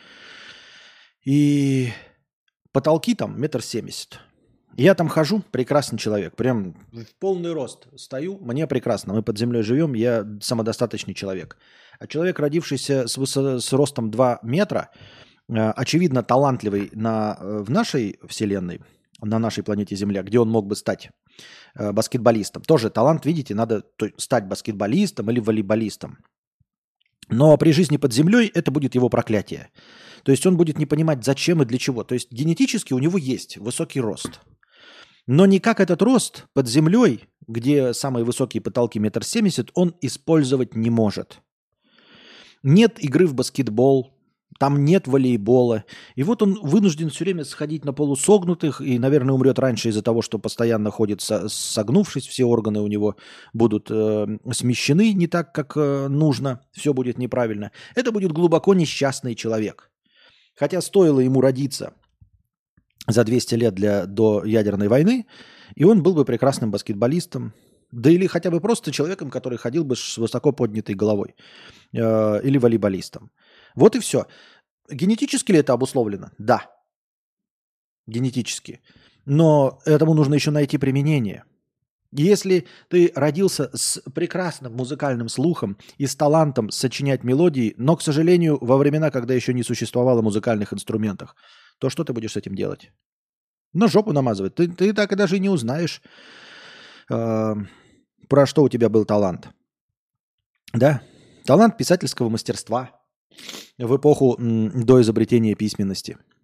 И потолки там метр семьдесят. Я там хожу, прекрасный человек, прям в полный рост стою, мне прекрасно, мы под землей живем, я самодостаточный человек. А человек, родившийся с, высо- с ростом два метра, э, очевидно талантливый на, в нашей вселенной, на нашей планете Земля, где он мог бы стать э, баскетболистом. Тоже талант, видите, надо то, стать баскетболистом или волейболистом. Но при жизни под землей это будет его проклятие. То есть он будет не понимать, зачем и для чего. То есть генетически у него есть высокий рост. Но никак этот рост под землей, где самые высокие потолки метр семьдесят, он использовать не может. Нет игры в баскетбол, там нет волейбола. И вот он вынужден все время сходить на полусогнутых и, наверное, умрет раньше из-за того, что постоянно ходит согнувшись, все органы у него будут э, смещены не так, как э, нужно, все будет неправильно. Это будет глубоко несчастный человек. Хотя стоило ему родиться за двести лет для, до ядерной войны, и он был бы прекрасным баскетболистом, да или хотя бы просто человеком, который ходил бы с высоко поднятой головой, э, или волейболистом. Вот и все. Генетически ли это обусловлено? Да. Генетически. Но этому нужно еще найти применение. Если ты родился с прекрасным музыкальным слухом и с талантом сочинять мелодии, но, к сожалению, во времена, когда еще не существовало музыкальных инструментов, то что ты будешь с этим делать? На жопу намазывать. Ты, ты так и даже и не узнаешь, э, про что у тебя был талант. Да? Талант писательского мастерства в эпоху м, до изобретения письменности.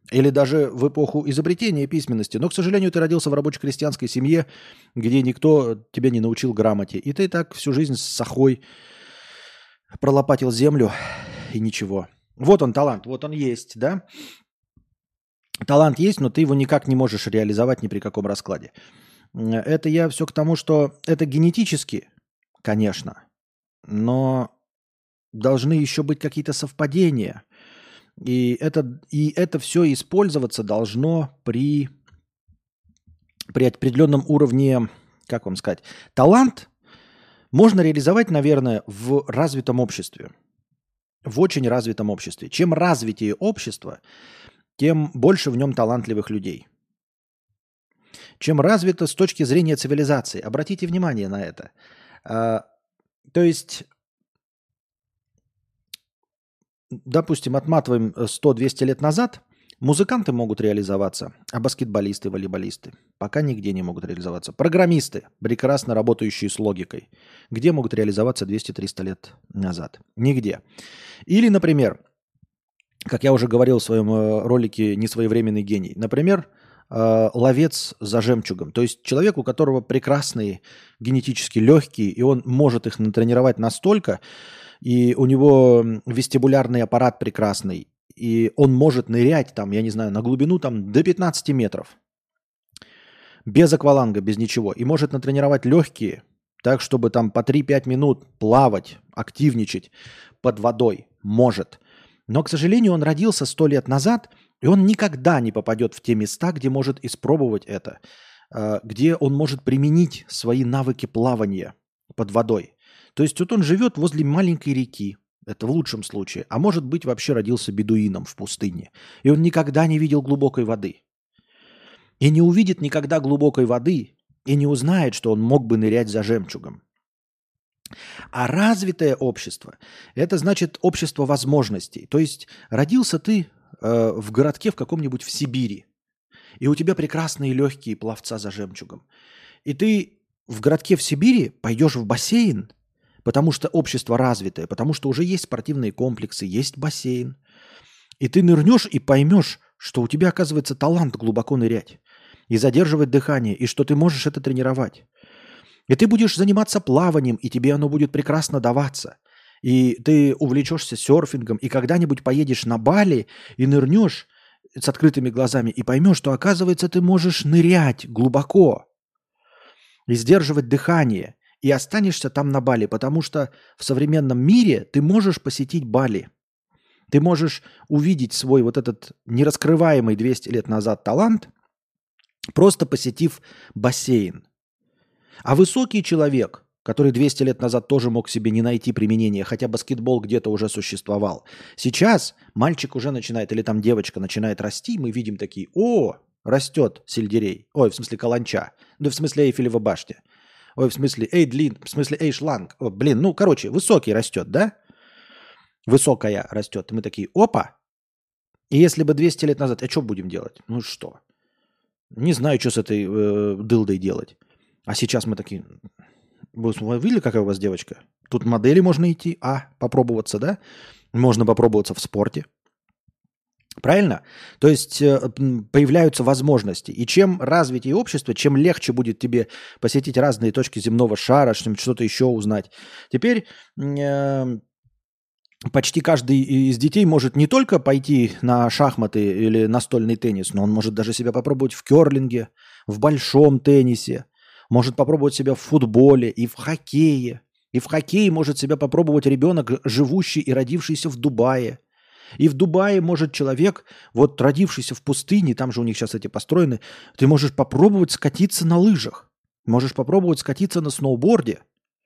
Или даже в эпоху изобретения письменности. Но, к сожалению, ты родился в рабоче-крестьянской семье, где никто тебя не научил грамоте. И ты так всю жизнь с сахой пролопатил землю и ничего. Вот он талант, вот он есть, да? Талант есть, но ты его никак не можешь реализовать ни при каком раскладе. Это я все к тому, что это генетически, конечно, но должны еще быть какие-то совпадения. И это, и это все использоваться должно при, при определенном уровне, как вам сказать, талант можно реализовать, наверное, в развитом обществе. В очень развитом обществе. Чем развитее общество, тем больше в нем талантливых людей. Чем развито с точки зрения цивилизации. Обратите внимание на это. А, то есть, допустим, отматываем сто-двести лет назад, музыканты могут реализоваться, а баскетболисты, волейболисты пока нигде не могут реализоваться. Программисты, прекрасно работающие с логикой, где могут реализоваться двести-триста лет назад? Нигде. Или, например, как я уже говорил в своем ролике «Несвоевременный гений», например, ловец за жемчугом. То есть человек, у которого прекрасные генетически легкие, и он может их натренировать настолько, и у него вестибулярный аппарат прекрасный, и он может нырять там, я не знаю, на глубину там до пятнадцати метров. Без акваланга, без ничего. И может натренировать легкие, так, чтобы там по три-пять минут плавать, активничать под водой. Может. Но, к сожалению, он родился сто лет назад, и он никогда не попадет в те места, где может испробовать это, где он может применить свои навыки плавания под водой. То есть вот он живет возле маленькой реки, это в лучшем случае, а может быть вообще родился бедуином в пустыне, и он никогда не видел глубокой воды. И не увидит никогда глубокой воды, и не узнает, что он мог бы нырять за жемчугом. А развитое общество – это значит общество возможностей. То есть родился ты э, в городке в каком-нибудь в Сибири, и у тебя прекрасные легкие пловца за жемчугом. И ты в городке в Сибири пойдешь в бассейн, потому что общество развитое, потому что уже есть спортивные комплексы, есть бассейн. И ты нырнешь и поймешь, что у тебя, оказывается, талант глубоко нырять и задерживать дыхание, и что ты можешь это тренировать. И ты будешь заниматься плаванием, и тебе оно будет прекрасно даваться. И ты увлечешься серфингом, и когда-нибудь поедешь на Бали и нырнешь с открытыми глазами, и поймешь, что, оказывается, ты можешь нырять глубоко и сдерживать дыхание, и останешься там на Бали, потому что в современном мире ты можешь посетить Бали. Ты можешь увидеть свой вот этот нераскрываемый двести лет назад талант, просто посетив бассейн. А высокий человек, который двести лет назад тоже мог себе не найти применения, хотя баскетбол где-то уже существовал. Сейчас мальчик уже начинает, или там девочка начинает расти, мы видим такие: о, растет сельдерей. Ой, в смысле каланча. Ну, в смысле Эйфелева башня. Ой, в смысле Эйдлин, в смысле Эйшланг. О, блин, ну, короче, высокий растет, да? Высокая растет. И мы такие: опа. И если бы двести лет назад, а что будем делать? Ну что? Не знаю, что с этой э, дылдой делать. А сейчас мы такие: вы видели, какая у вас девочка? Тут модели можно идти, а попробоваться, да? Можно попробоваться в спорте. Правильно? То есть э, появляются возможности. И чем развитие общества, чем легче будет тебе посетить разные точки земного шара, что-то еще узнать. Теперь э, почти каждый из детей может не только пойти на шахматы или настольный теннис, но он может даже себя попробовать в керлинге, в большом теннисе. Может попробовать себя в футболе и в хоккее. И в хоккее может себя попробовать ребенок, живущий и родившийся в Дубае. И в Дубае может человек, вот родившийся в пустыне, там же у них сейчас эти построены, ты можешь попробовать скатиться на лыжах. Можешь попробовать скатиться на сноуборде.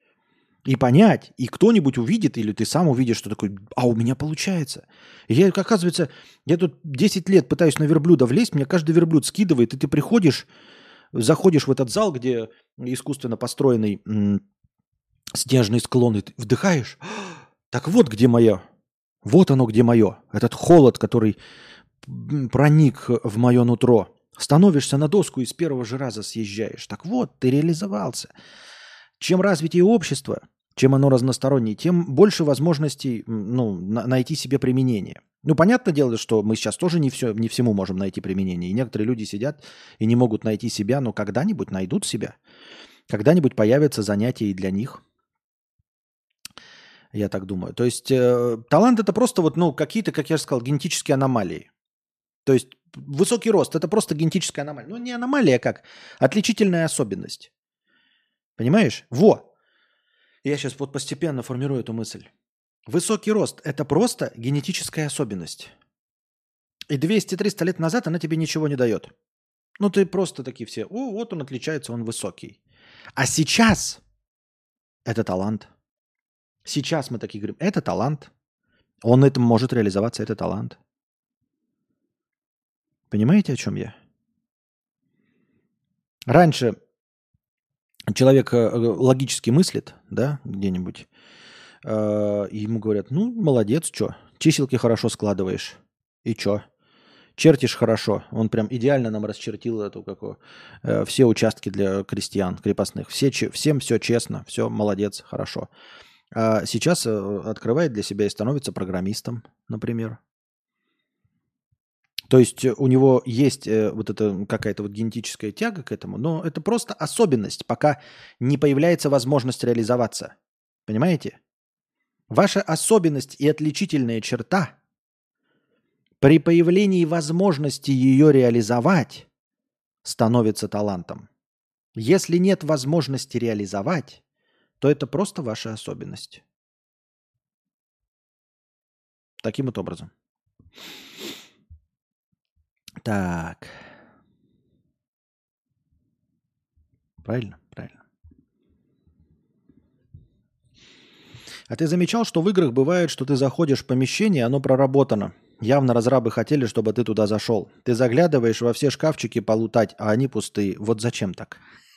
И понять, и кто-нибудь увидит, или ты сам увидишь, что такое: а у меня получается. И я, оказывается, я тут десять лет пытаюсь на верблюда влезть, меня каждый верблюд скидывает, и ты приходишь, заходишь в этот зал, где искусственно построенный м- снежный склон, и ты вдыхаешь. Так вот где мое. Вот оно где мое. Этот холод, который проник в мое нутро. Становишься на доску и с первого же раза съезжаешь. Так вот, ты реализовался. Чем развитие общества, чем оно разностороннее, тем больше возможностей ну, на- найти себе применение. Ну, понятное дело, что мы сейчас тоже не, все, не всему можем найти применение. И некоторые люди сидят и не могут найти себя, но когда-нибудь найдут себя. Когда-нибудь появятся занятия и для них. Я так думаю. То есть э, талант это просто вот, ну, какие-то, как я же сказал, генетические аномалии. То есть высокий рост это просто генетическая аномалия. Ну, не аномалия, а как отличительная особенность. Понимаешь? Во! Я сейчас вот постепенно формирую эту мысль. Высокий рост – это просто генетическая особенность. И двести-триста лет назад она тебе ничего не дает. Ну, ты просто такие все, о, вот он отличается, он высокий. А сейчас это талант. Сейчас мы такие говорим, это талант. Он этим может реализоваться, это талант. Понимаете, о чем я? Раньше человек э, логически мыслит, да, где-нибудь, э, и ему говорят, ну, молодец, что, чиселки хорошо складываешь. И что? Чертишь хорошо. Он прям идеально нам расчертил эту какую, э, все участки для крестьян крепостных. Все, че- всем все честно, все молодец, хорошо. А сейчас э, открывает для себя и становится программистом, например. То есть э, у него есть э, вот эта какая-то вот генетическая тяга к этому, но это просто особенность, пока не появляется возможность реализоваться. Понимаете? Ваша особенность и отличительная черта при появлении возможности ее реализовать становится талантом. Если нет возможности реализовать, то это просто ваша особенность. Таким вот образом. Так. Правильно? Правильно. А ты замечал, что в играх бывает, что ты заходишь в помещение, оно проработано. Явно разрабы хотели, чтобы ты туда зашел. Ты заглядываешь во все шкафчики полутать, а они пустые. Вот зачем так?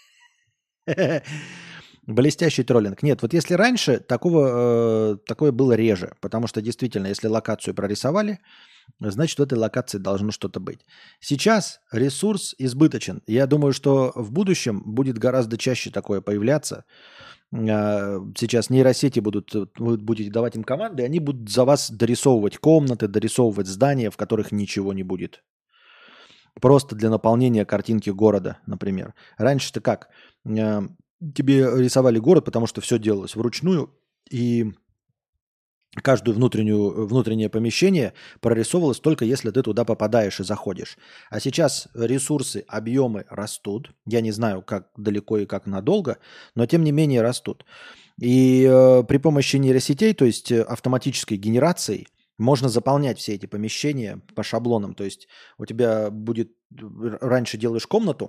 Блестящий троллинг. Нет, вот если раньше такого, э, такое было реже, потому что действительно, если локацию прорисовали, значит, в этой локации должно что-то быть. Сейчас ресурс избыточен. Я думаю, что в будущем будет гораздо чаще такое появляться. А, Сейчас нейросети будут, э, вы будете давать им команды, и они будут за вас дорисовывать комнаты, дорисовывать здания, в которых ничего не будет. Просто для наполнения картинки города, например. Раньше-то как? Э, Тебе рисовали город, потому что все делалось вручную, и каждую внутреннюю, внутреннее помещение прорисовывалось только если ты туда попадаешь и заходишь. А сейчас ресурсы, объемы растут. Я не знаю, как далеко и как надолго, но тем не менее растут. И э, при помощи нейросетей, то есть э, автоматической генерации, можно заполнять все эти помещения по шаблонам. То есть у тебя будет, р- раньше делаешь комнату,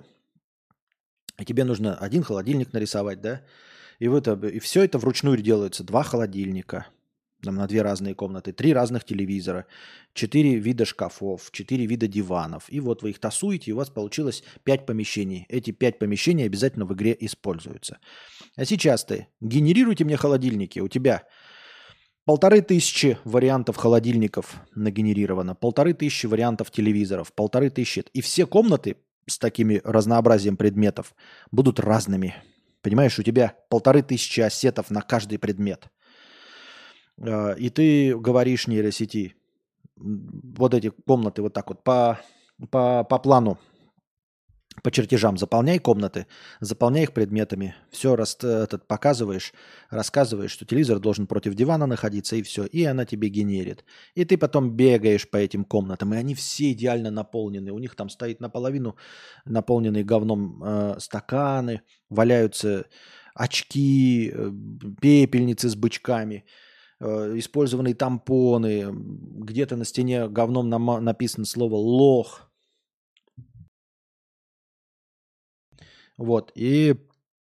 и тебе нужно один холодильник нарисовать, да? И, вот, это- и все это вручную делается. Два холодильника, там, на две разные комнаты, три разных телевизора, четыре вида шкафов, четыре вида диванов. И вот вы их тасуете, и у вас получилось пять помещений. Эти пять помещений обязательно в игре используются. А сейчас ты генерируйте мне холодильники. У тебя полторы тысячи вариантов холодильников нагенерировано, полторы тысячи вариантов телевизоров, полторы тысячи. И все комнаты с такими разнообразием предметов будут разными. Понимаешь, у тебя полторы тысячи ассетов на каждый предмет. Э, И ты говоришь нейросети, м, вот эти комнаты вот так вот по, по, по плану, по чертежам заполняй комнаты, заполняй их предметами, все рас, этот, показываешь, рассказываешь, что телевизор должен против дивана находиться, и все, и она тебе генерит. И ты потом бегаешь по этим комнатам, и они все идеально наполнены. У них там стоит наполовину наполненные говном э, стаканы, валяются очки, э, пепельницы с бычками, э, использованные тампоны, где-то на стене говном нама- написано слово «лох». Вот, и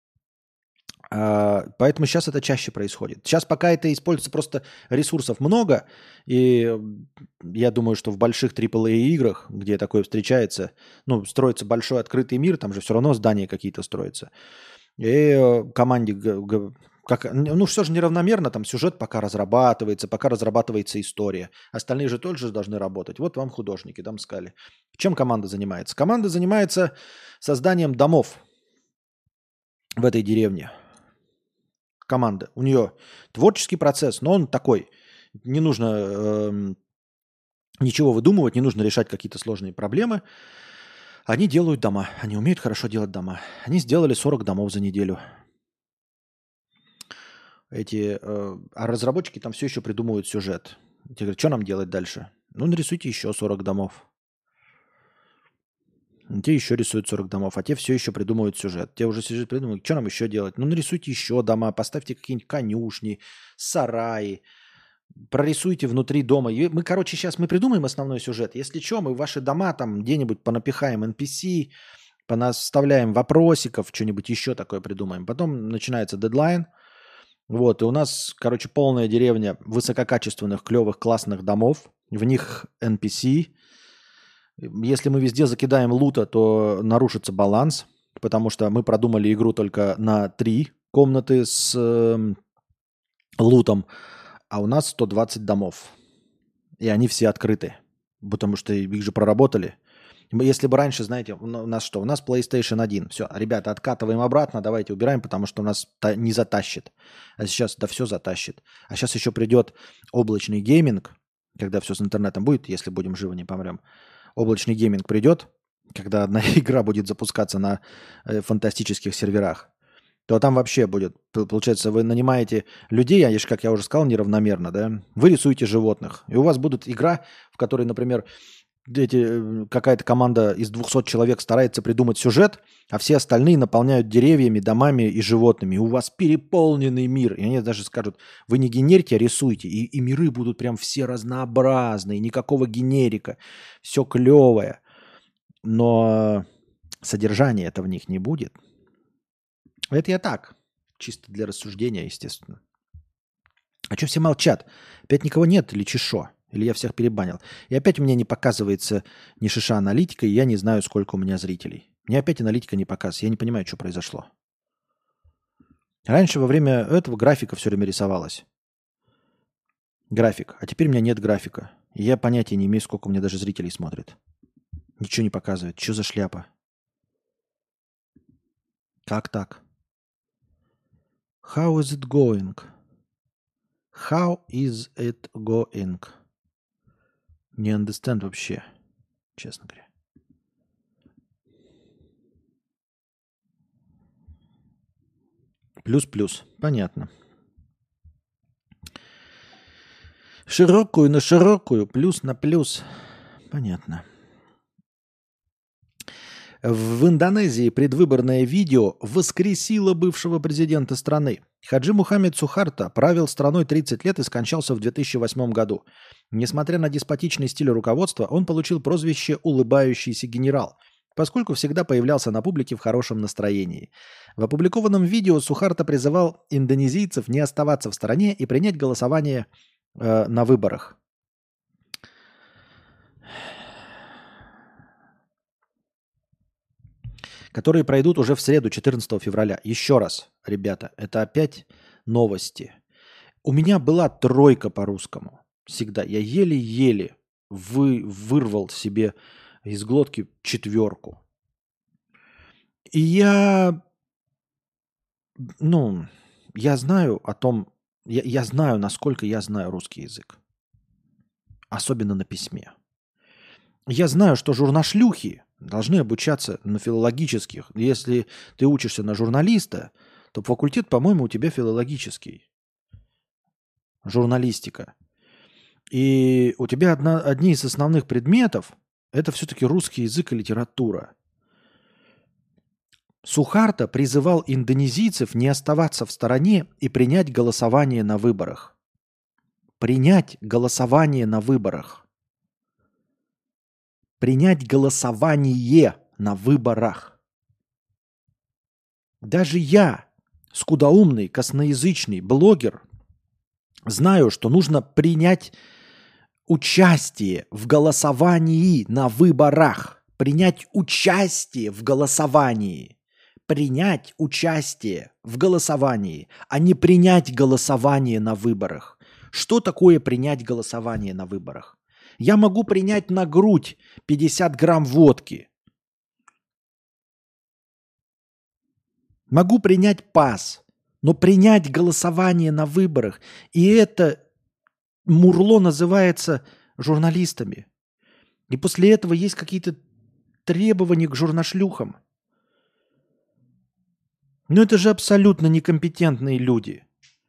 а, поэтому сейчас это чаще происходит. Сейчас пока это используется просто ресурсов много, и м, я думаю, что в больших трипл эй играх, где такое встречается, ну, строится большой открытый мир, там же все равно здания какие-то строятся. И э, команде, г- г- как, ну, все же неравномерно, там сюжет пока разрабатывается, пока разрабатывается история. Остальные же тоже должны работать. Вот вам художники, там сказали. Чем команда занимается? Команда занимается созданием домов в этой деревне. команда. У нее творческий процесс, но он такой. Не нужно э, ничего выдумывать, не нужно решать какие-то сложные проблемы. Они делают дома. Они умеют хорошо делать дома. Они сделали сорок домов за неделю. Эти, э, а разработчики там все еще придумывают сюжет. Те говорят, что нам делать дальше? Ну, нарисуйте еще сорок домов. Те еще рисуют сорок домов, а те все еще придумывают сюжет. Те уже сюжет придумывают, что нам еще делать? Ну, нарисуйте еще дома, поставьте какие-нибудь конюшни, сараи, прорисуйте внутри дома. И мы, короче, сейчас мы придумаем основной сюжет. Если что, мы ваши дома там где-нибудь понапихаем эн пи си, понаставляем вопросиков, что-нибудь еще такое придумаем. Потом начинается дедлайн. Вот, и у нас, короче, полная деревня высококачественных, клевых, классных домов. В них эн пи си. Если мы везде закидаем лута, то нарушится баланс, потому что мы продумали игру только на три комнаты с э, лутом, а у нас сто двадцать домов. И они все открыты, потому что их же проработали. Если бы раньше, знаете, у нас что? У нас PlayStation один. Все, ребята, откатываем обратно, давайте убираем, потому что у нас не затащит. А сейчас да все затащит. А сейчас еще придет облачный гейминг, когда все с интернетом будет, если будем живы, не помрем. Облачный гейминг придет, когда одна игра будет запускаться на э, фантастических серверах, то там вообще будет, получается, вы нанимаете людей, а как я уже сказал, неравномерно, да, вы рисуете животных, и у вас будет игра, в которой, например, эти, какая-то команда из двухсот человек старается придумать сюжет, а все остальные наполняют деревьями, домами и животными. И у вас переполненный мир. И они даже скажут, вы не генерите, а рисуйте. И, и миры будут прям все разнообразные, никакого генерика. Все клевое. Но содержания это в них не будет. Это я так. Чисто для рассуждения, естественно. А что все молчат? Опять никого нет или чешо? Или я всех перебанил? И опять мне не показывается ни шиша аналитика, и я не знаю, сколько у меня зрителей. Мне опять аналитика не показывается. Я не понимаю, что произошло. Раньше во время этого графика все время рисовалась. График. А теперь у меня нет графика. И я понятия не имею, сколько у меня даже зрителей смотрит. Ничего не показывает. Что за шляпа? Как так? How is it going? How is it going? Не understand вообще, честно говоря. Плюс-плюс. Понятно. Широкую на широкую, плюс на плюс. Понятно. В Индонезии предвыборное видео воскресило бывшего президента страны. Хаджи Мухаммед Сухарто правил страной тридцать лет и скончался в две тысячи восьмом году. Несмотря на деспотичный стиль руководства, он получил прозвище «улыбающийся генерал», поскольку всегда появлялся на публике в хорошем настроении. В опубликованном видео Сухарто призывал индонезийцев не оставаться в стороне и принять голосование э, на выборах. Которые пройдут уже в среду, четырнадцатого февраля. Еще раз, ребята, это опять новости. У меня была тройка по русскому. Всегда. Я еле-еле вы, вырвал себе из глотки четверку. И я, ну, я знаю о том, я, я знаю, насколько я знаю русский язык. Особенно на письме. Я знаю, что журнашлюхи должны обучаться на филологических. Если ты учишься на журналиста, то факультет, по-моему, у тебя филологический. Журналистика. И у тебя одна, одни из основных предметов – это все-таки русский язык и литература. Сухарто призывал индонезийцев не оставаться в стороне и принять голосование на выборах. Принять голосование на выборах. Принять голосование на выборах. Даже я, скудоумный, косноязычный блогер, знаю, что нужно принять участие в голосовании на выборах. Принять участие в голосовании. Принять участие в голосовании, а не принять голосование на выборах. Что такое принять голосование на выборах? Я могу принять на грудь пятьдесят грамм водки. Могу принять пас. Но принять голосование на выборах, и это мурло называется журналистами. И после этого есть какие-то требования к журнашлюхам. Но это же абсолютно некомпетентные люди.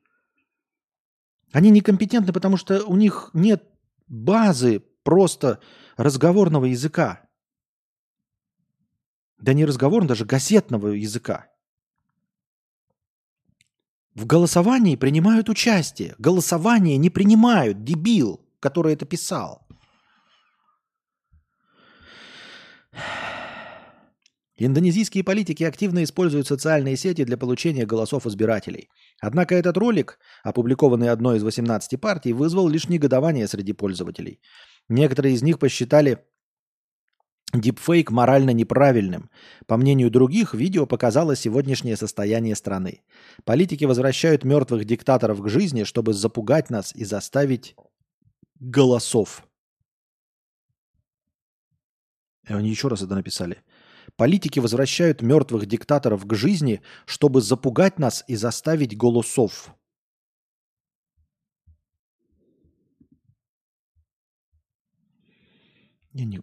Они некомпетентны, потому что у них нет базы просто разговорного языка. Да не разговорного, даже газетного языка. В голосовании принимают участие. Голосование не принимают, дебил, который это писал. Индонезийские политики активно используют социальные сети для получения голосов избирателей. Однако этот ролик, опубликованный одной из восемнадцати партий, вызвал лишь негодование среди пользователей. Некоторые из них посчитали дипфейк морально неправильным. По мнению других, видео показало сегодняшнее состояние страны. Политики возвращают мертвых диктаторов к жизни, чтобы запугать нас и заставить голосов. И они еще раз это написали. Политики возвращают мертвых диктаторов к жизни, чтобы запугать нас и заставить голосов. Я не...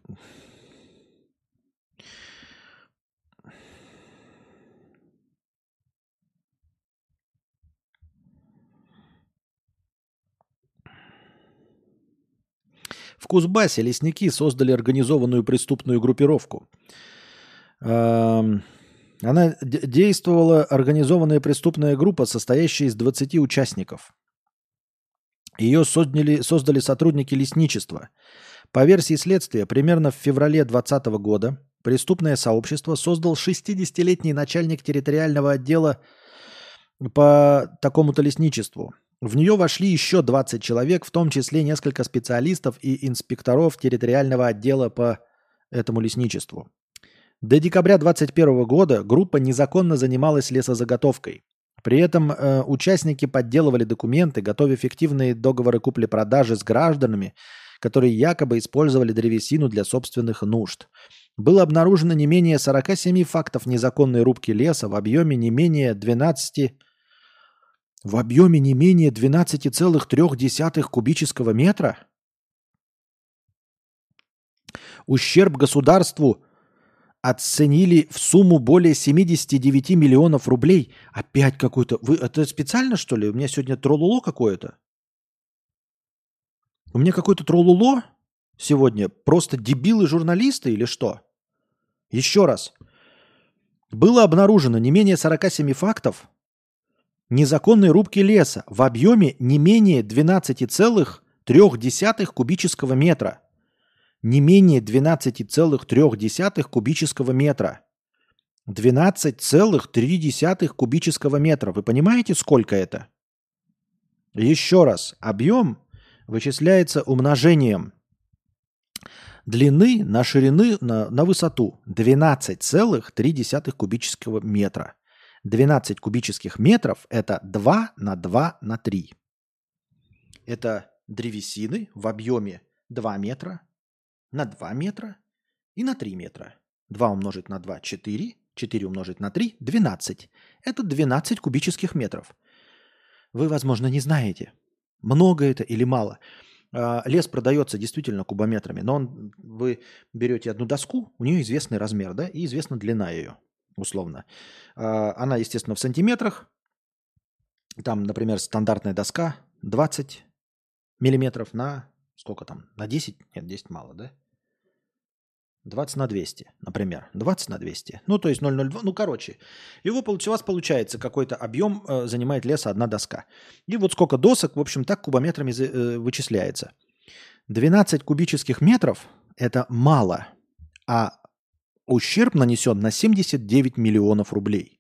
В Кузбассе лесники создали организованную преступную группировку. Она действовала организованная преступная группа, состоящая из двадцати участников. Ее создали, создали сотрудники лесничества. По версии следствия, примерно в феврале двадцатого года преступное сообщество создал шестидесятилетний начальник территориального отдела по такому-то лесничеству. В нее вошли еще двадцать человек, в том числе несколько специалистов и инспекторов территориального отдела по этому лесничеству. До декабря двадцать первого года группа незаконно занималась лесозаготовкой. При этом э, участники подделывали документы, готовя фиктивные договоры купли-продажи с гражданами, которые якобы использовали древесину для собственных нужд. Было обнаружено не менее сорока семи фактов незаконной рубки леса в объеме не менее двенадцати в объеме не менее двенадцати целых трёх десятых кубического метра. Ущерб государству оценили в сумму более семидесяти девяти миллионов рублей. Опять какой-то... Вы это специально, что ли? У меня сегодня троллуло какое-то? У меня какое-то троллуло сегодня? Просто дебилы-журналисты или что? Еще раз. Было обнаружено не менее сорока семи фактов незаконной рубки леса в объеме не менее двенадцати целых трёх десятых кубического метра. Не менее двенадцати целых трёх десятых кубического метра. двенадцать целых три десятых кубического метра. Вы понимаете, сколько это? Еще раз. Объем вычисляется умножением длины на ширины на, на высоту. двенадцать целых три десятых кубического метра. двенадцать кубических метров – это два на два на три. Это древесины в объеме два метра на два метра и на три метра. два умножить на два – четыре. четыре умножить на три – двенадцать. Это двенадцать кубических метров. Вы, возможно, не знаете, много это или мало. Лес продается действительно кубометрами, но он, вы берете одну доску, у нее известный размер, да, и известна длина ее. Условно. Она, естественно, в сантиметрах. Там, например, стандартная доска двадцать миллиметров на... Сколько там? На десять? Нет, десять мало, да? двадцать на двести, например. двадцать на двести. Ну, то есть ноль целых два. Ну, короче. И у вас получается какой-то объем э, занимает леса одна доска. И вот сколько досок, в общем, так кубометрами э, вычисляется. двенадцать кубических метров – это мало. А ущерб нанесен на семьдесят девять миллионов рублей.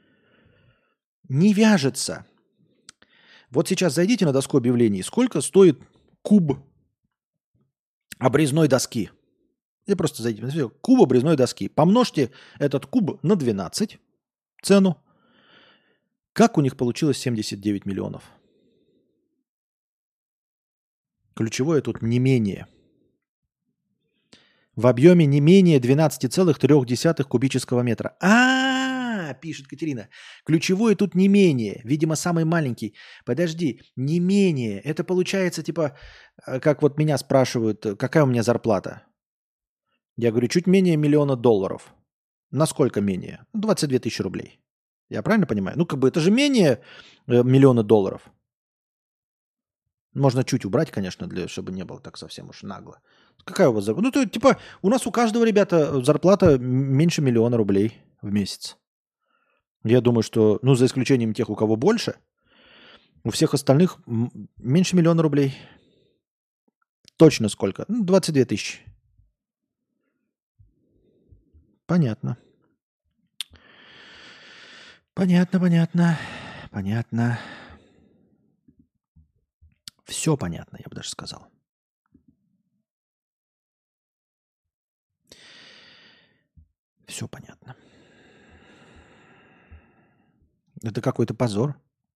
Не вяжется. Вот сейчас зайдите на доску объявлений. Сколько стоит куб обрезной доски? И просто зайдите. Куб обрезной доски. Помножьте этот куб на двенадцать. Цену. Как у них получилось семьдесят девять миллионов? Ключевое тут не менее. В объеме не менее двенадцати целых трёх десятых кубического метра. А, А, пишет Катерина. Ключевое тут не менее. Видимо, самый маленький. Подожди, не менее. Это получается, типа, э, как вот меня спрашивают, э, какая у меня зарплата? Я говорю, чуть менее миллиона долларов. Насколько менее? двадцать две тысячи рублей. Я правильно понимаю? Ну, как бы это же менее э, миллиона долларов. Можно чуть убрать, конечно, для, чтобы не было так совсем уж нагло. Какая у вас зарплата? Ну, то, типа, у нас у каждого, ребята, зарплата меньше миллиона рублей в месяц. Я думаю, что, ну, за исключением тех, у кого больше, у всех остальных м- меньше миллиона рублей. Точно сколько? Ну, двадцать две тысячи. Понятно. Понятно, понятно. Понятно. Все понятно, я бы даже сказал. Все понятно. Это какой-то позор.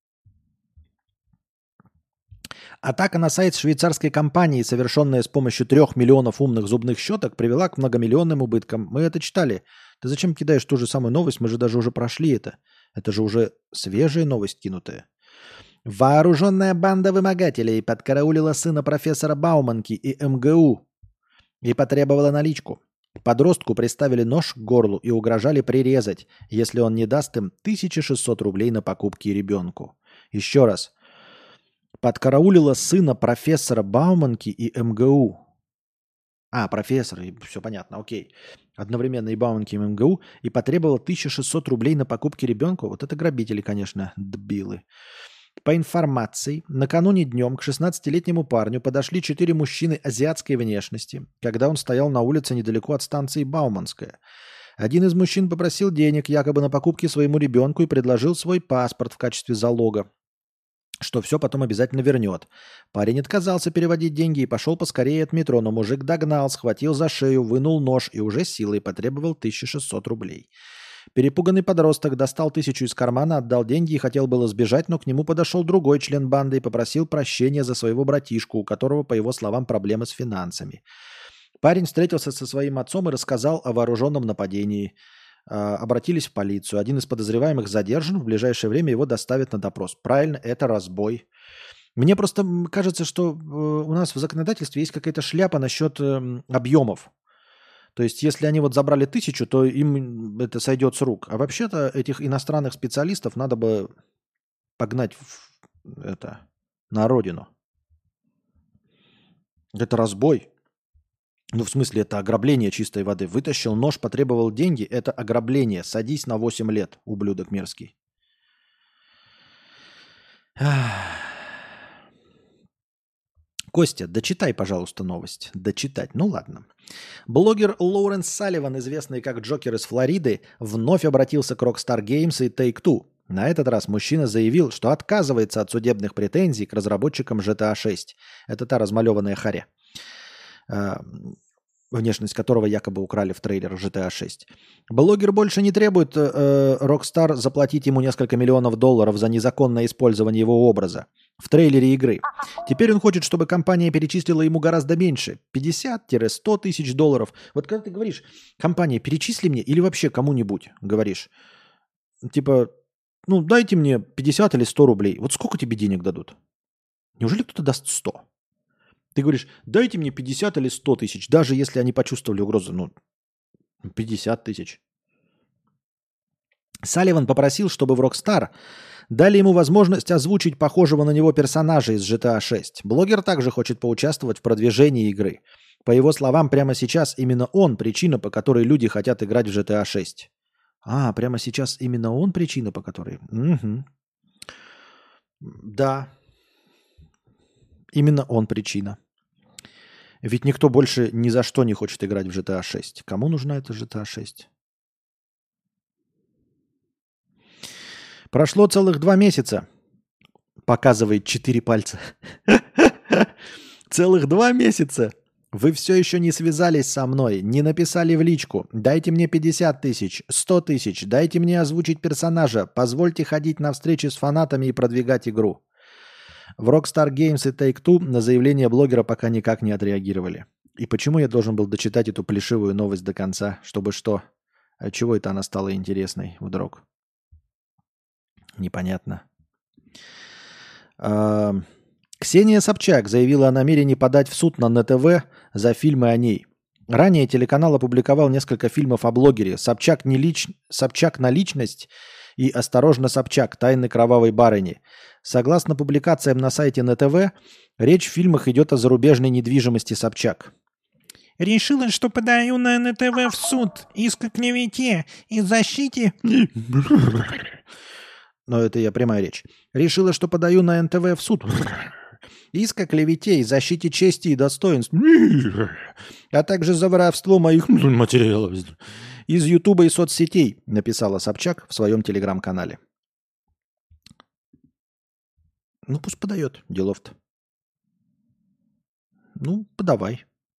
Атака на сайт швейцарской компании, совершенная с помощью трех миллионов умных зубных щеток, привела к многомиллионным убыткам. Мы это читали. Ты зачем кидаешь ту же самую новость? Мы же даже уже прошли это. Это же уже свежая новость кинутая. Вооруженная банда вымогателей подкараулила сына профессора Бауманки и эм гэ у и потребовала наличку. Подростку приставили нож к горлу и угрожали прирезать, если он не даст им тысяча шестьсот рублей на покупки ребенку. Еще раз. Подкараулила сына профессора Бауманки и эм гэ у. А, профессор, все понятно, окей. Одновременно и Бауманки, и эм гэ у. И потребовала тысяча шестьсот рублей на покупки ребенку. Вот это грабители, конечно, дебилы. По информации, накануне днем к шестнадцатилетнему парню подошли четыре мужчины азиатской внешности, когда он стоял на улице недалеко от станции Бауманская. Один из мужчин попросил денег якобы на покупки своему ребенку и предложил свой паспорт в качестве залога, что все потом обязательно вернет. Парень отказался переводить деньги и пошел поскорее от метро, но мужик догнал, схватил за шею, вынул нож и уже силой потребовал тысячу шестьсот рублей. Перепуганный подросток достал тысячу из кармана, отдал деньги и хотел было сбежать, но к нему подошел другой член банды и попросил прощения за своего братишку, у которого, по его словам, проблемы с финансами. Парень встретился со своим отцом и рассказал о вооруженном нападении. А, обратились в полицию. Один из подозреваемых задержан, в ближайшее время его доставят на допрос. Правильно, это разбой. Мне просто кажется, что э, у нас в законодательстве есть какая-то шляпа насчет э, объемов. То есть, если они вот забрали тысячу, то им это сойдет с рук. А вообще-то этих иностранных специалистов надо бы погнать в, это, на родину. Это разбой. Ну, в смысле, это ограбление чистой воды. Вытащил нож, потребовал деньги. Это ограбление. Садись на восемь лет, ублюдок мерзкий. Костя, дочитай, пожалуйста, новость. Дочитать. Ну ладно. Блогер Лоуренс Салливан, известный как Джокер из Флориды, вновь обратился к Rockstar Games и Take-Two. На этот раз мужчина заявил, что отказывается от судебных претензий к разработчикам джи ти эй шесть. Это та размалеванная харя, внешность которого якобы украли в трейлер джи ти эй шесть. Блогер больше не требует э, Rockstar заплатить ему несколько миллионов долларов за незаконное использование его образа в трейлере игры. Теперь он хочет, чтобы компания перечислила ему гораздо меньше. пятьдесят-сто тысяч долларов. Вот когда ты говоришь, компания, перечисли мне или вообще кому-нибудь говоришь, типа, ну дайте мне пятьдесят или сто рублей. Вот сколько тебе денег дадут? Неужели кто-то даст сто? Ты говоришь, дайте мне пятьдесят или сто тысяч, даже если они почувствовали угрозу. Ну, пятьдесят тысяч. Салливан попросил, чтобы в Rockstar дали ему возможность озвучить похожего на него персонажа из джи ти эй шесть. Блогер также хочет поучаствовать в продвижении игры. По его словам, прямо сейчас именно он причина, по которой люди хотят играть в джи ти эй шесть. А, прямо сейчас именно он причина, по которой... Угу. Да. Именно он причина. Ведь никто больше ни за что не хочет играть в джи ти эй шесть. Кому нужна эта джи ти эй шесть? Прошло целых два месяца. Показывает четыре пальца. Целых два месяца. Вы все еще не связались со мной, не написали в личку. Дайте мне пятьдесят тысяч, сто тысяч. Дайте мне озвучить персонажа. Позвольте ходить на встречи с фанатами и продвигать игру. В Rockstar Games и Take-Two на заявление блогера пока никак не отреагировали. И почему я должен был дочитать эту плешивую новость до конца? Чтобы что? От чего это она стала интересной вдруг? Непонятно. А, Ксения Собчак заявила о намерении подать в суд на эн тэ вэ за фильмы о ней. Ранее телеканал опубликовал несколько фильмов о блогере «Собчак, не лич... Собчак на личность» и «Осторожно, Собчак. Тайны кровавой барыни». Согласно публикациям на сайте эн тэ вэ, речь в фильмах идет о зарубежной недвижимости Собчак. Решила, что подаю на эн тэ вэ в суд. Иск о клевете и защите... Но это я прямая речь. Решила, что подаю на эн тэ вэ в суд. Иск о клевете и защите чести и достоинств. А также за воровство моих материалов из Ютуба и соцсетей, написала Собчак в своем телеграм-канале. Ну, пусть подает. Делов-то. Ну, подавай.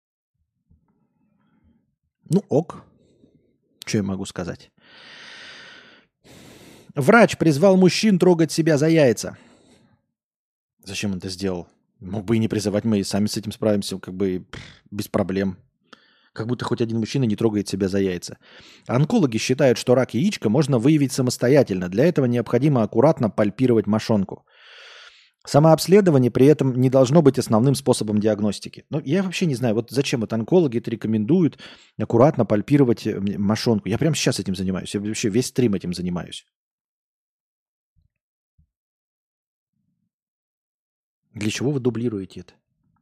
Ну, ок. Что я могу сказать? Врач призвал мужчин трогать себя за яйца. Зачем он это сделал? Мог бы и не призывать, мы и сами с этим справимся, как бы без проблем. Как будто хоть один мужчина не трогает себя за яйца. Онкологи считают, что рак яичка можно выявить самостоятельно. Для этого необходимо аккуратно пальпировать мошонку. Самообследование при этом не должно быть основным способом диагностики. Но я вообще не знаю, вот зачем вот онкологи это рекомендуют аккуратно пальпировать мошонку. Я прямо сейчас этим занимаюсь. Я вообще весь стрим этим занимаюсь. Для чего вы дублируете это?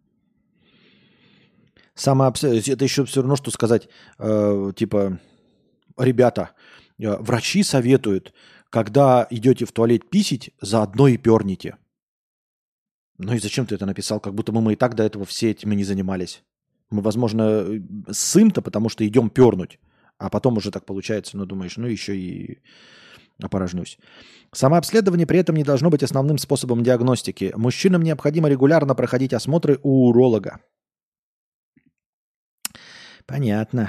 Самообследование. Это еще все равно, что сказать, э, типа, ребята, э, врачи советуют, когда идете в туалет писить, заодно и перните. Ну и зачем ты это написал? Как будто мы, мы и так до этого все этим и не занимались. Мы, возможно, ссым-то, потому что идем пернуть. А потом уже так получается, ну думаешь, ну еще и опорожнюсь. Самообследование при этом не должно быть основным способом диагностики. Мужчинам необходимо регулярно проходить осмотры у уролога. Понятно.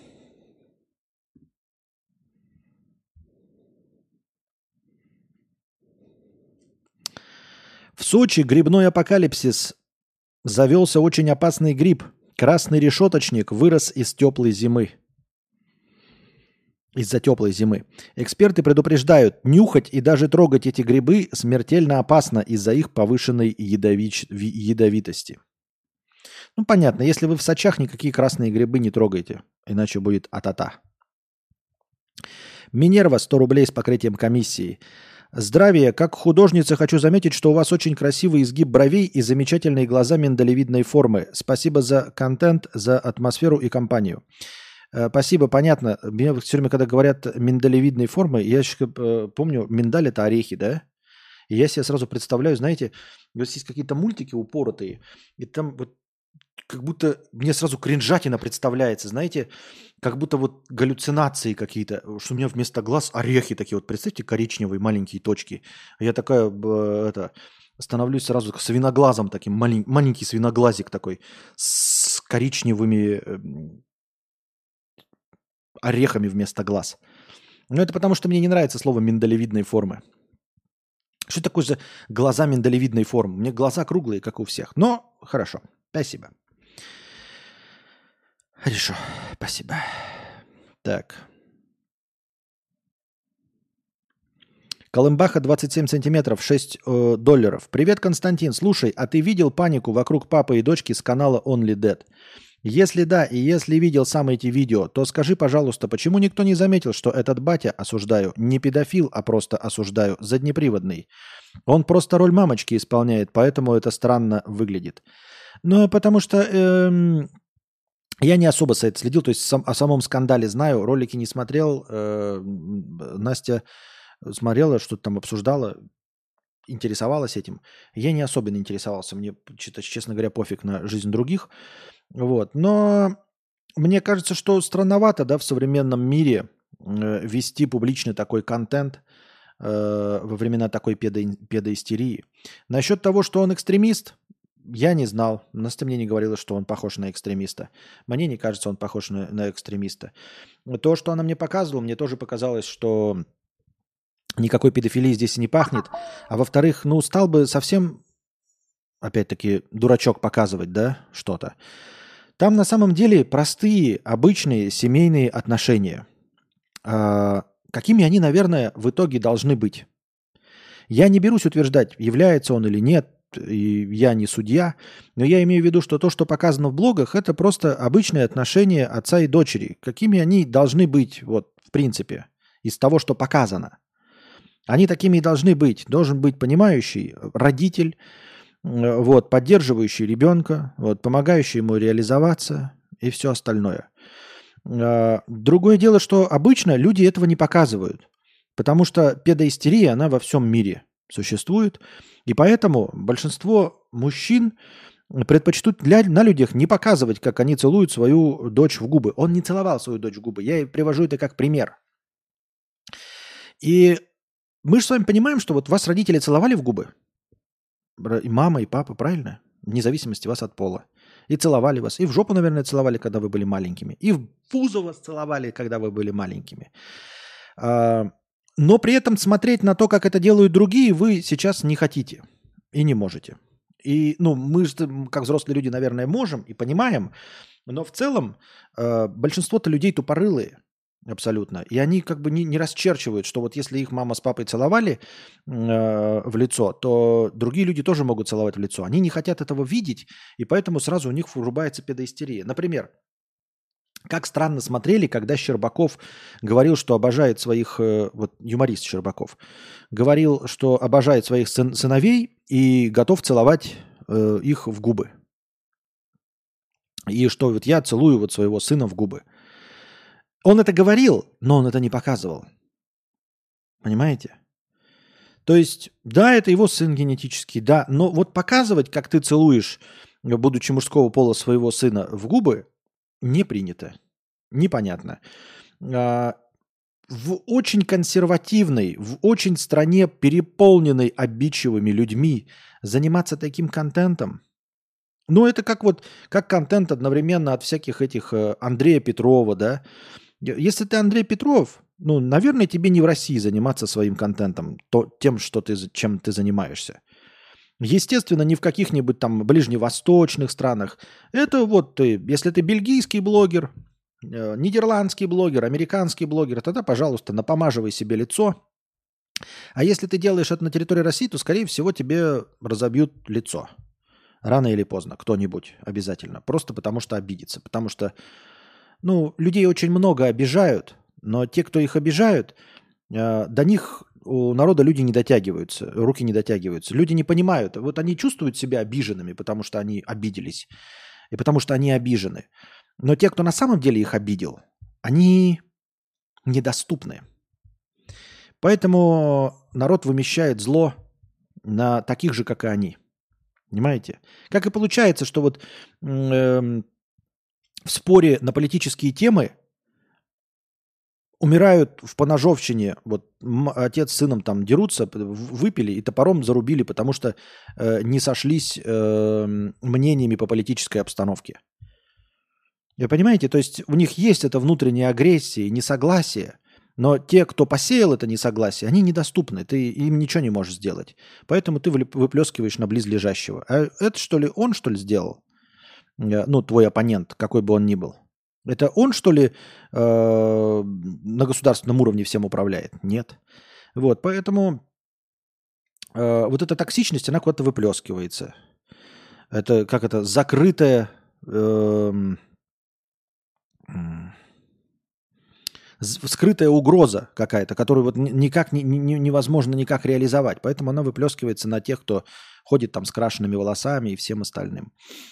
В Сочи грибной апокалипсис. Завелся очень опасный гриб. Красный решеточник вырос из теплой зимы. Из-за теплой зимы. Эксперты предупреждают, нюхать и даже трогать эти грибы смертельно опасно из-за их повышенной ядович... ядовитости. Ну, понятно, если вы в Сочах, никакие красные грибы не трогайте, иначе будет а-та-та. Минерва, сто рублей с покрытием комиссии. Здравия, как художница хочу заметить, что у вас очень красивый изгиб бровей и замечательные глаза миндалевидной формы. Спасибо за контент, за атмосферу и компанию. Спасибо, понятно. Мне все время, когда говорят миндалевидной формы, я еще помню, миндаль – это орехи, да? И я себе сразу представляю, знаете, у вас есть какие-то мультики упоротые, и там вот как будто мне сразу кринжатина представляется, знаете, как будто вот галлюцинации какие-то, что у меня вместо глаз орехи такие, вот представьте, коричневые маленькие точки. Я такая, это, становлюсь сразу свиноглазом таким, малень, маленький свиноглазик такой, с коричневыми орехами вместо глаз. Но это потому, что мне не нравится слово миндалевидной формы. Что такое за глаза миндалевидной формы? У меня глаза круглые, как у всех. Но хорошо, спасибо. Хорошо, спасибо. Так. Колымбаха двадцать семь сантиметров, шесть э, долларов. Привет, Константин. Слушай, а ты видел панику вокруг папы и дочки с канала Only Dead? Если да, и если видел сам эти видео, то скажи, пожалуйста, почему никто не заметил, что этот батя, осуждаю, не педофил, а просто осуждаю, заднеприводный? Он просто роль мамочки исполняет, поэтому это странно выглядит. Ну, потому что эм, я не особо за это следил, то есть сам, о самом скандале знаю, ролики не смотрел. Э, Настя смотрела, что-то там обсуждала, интересовалась этим. Я не особенно интересовался, мне, честно говоря, пофиг на жизнь других. Вот. Но мне кажется, что странновато, да, в современном мире э, вести публичный такой контент э, во времена такой педо- педоистерии. Насчет того, что он экстремист, я не знал. Настя мне не говорила, что он похож на экстремиста. Мне не кажется, он похож на, на экстремиста. То, что она мне показывала, мне тоже показалось, что никакой педофилии здесь не пахнет. А во-вторых, ну, стал бы совсем, опять-таки, дурачок показывать, да, что-то. Там на самом деле простые, обычные семейные отношения. А, какими они, наверное, в итоге должны быть. Я не берусь утверждать, является он или нет, и я не судья, но я имею в виду, что то, что показано в блогах, это просто обычные отношения отца и дочери. Какими они должны быть, вот, в принципе, из того, что показано. Они такими и должны быть. Должен быть понимающий родитель, вот, поддерживающий ребенка, вот, помогающий ему реализоваться и все остальное. Другое дело, что обычно люди этого не показывают, потому что педоистерия, она во всем мире существует, и поэтому большинство мужчин предпочтут для, на людях не показывать, как они целуют свою дочь в губы. Он не целовал свою дочь в губы, я привожу это как пример. И мы же с вами понимаем, что вот вас родители целовали в губы, и мама, и папа, правильно? Вне зависимости вас от пола. И целовали вас. И в жопу, наверное, целовали, когда вы были маленькими. И в пузо вас целовали, когда вы были маленькими. Но при этом смотреть на то, как это делают другие, вы сейчас не хотите. И не можете. И, ну, мы же, как взрослые люди, наверное, можем и понимаем. Но в целом большинство-то людей тупорылые. Абсолютно. И они как бы не, не расчерчивают, что вот если их мама с папой целовали э, в лицо, то другие люди тоже могут целовать в лицо. Они не хотят этого видеть, и поэтому сразу у них врубается педоистерия. Например, как странно смотрели, когда Щербаков говорил, что обожает своих... Э, вот юморист Щербаков говорил, что обожает своих сын, сыновей и готов целовать э, их в губы. И что вот я целую вот своего сына в губы. Он это говорил, но он это не показывал. Понимаете? То есть, да, это его сын генетический, да, но вот показывать, как ты целуешь, будучи мужского пола, своего сына в губы, не принято. Непонятно. В очень консервативной, в очень стране, переполненной обидчивыми людьми, заниматься таким контентом, ну, это как вот, как контент одновременно от всяких этих Андрея Петрова, да. Если ты Андрей Петров, ну, наверное, тебе не в России заниматься своим контентом, то, тем, что ты, чем ты занимаешься. Естественно, не в каких-нибудь там ближневосточных странах. Это вот ты, если ты бельгийский блогер, э, нидерландский блогер, американский блогер, тогда, пожалуйста, напомаживай себе лицо. А если ты делаешь это на территории России, то, скорее всего, тебе разобьют лицо. Рано или поздно, кто-нибудь обязательно. Просто потому что обидится. Потому что, ну, людей очень много обижают, но те, кто их обижают, э, до них у народа люди не дотягиваются, руки не дотягиваются. Люди не понимают. Вот они чувствуют себя обиженными, потому что они обиделись. И потому что они обижены. Но те, кто на самом деле их обидел, они недоступны. Поэтому народ вымещает зло на таких же, как и они. Понимаете? Как и получается, что вот э, в споре на политические темы умирают в поножовщине, вот отец с сыном там дерутся, выпили и топором зарубили, потому что э, не сошлись э, мнениями по политической обстановке. Вы понимаете? То есть у них есть эта внутренняя агрессия, несогласие, но те, кто посеял это несогласие, они недоступны, ты им ничего не можешь сделать. Поэтому ты выплескиваешь на близлежащего. А это что ли он, что ли, сделал? Ну, твой оппонент, какой бы он ни был. Это он, что ли, э, на государственном уровне всем управляет? Нет. Вот, поэтому э, вот эта токсичность, она куда-то выплескивается. Это как это, закрытая... Э, скрытая угроза какая-то, которую вот никак не, не, невозможно никак реализовать. Поэтому она выплескивается на тех, кто ходит там с крашенными волосами и всем остальным.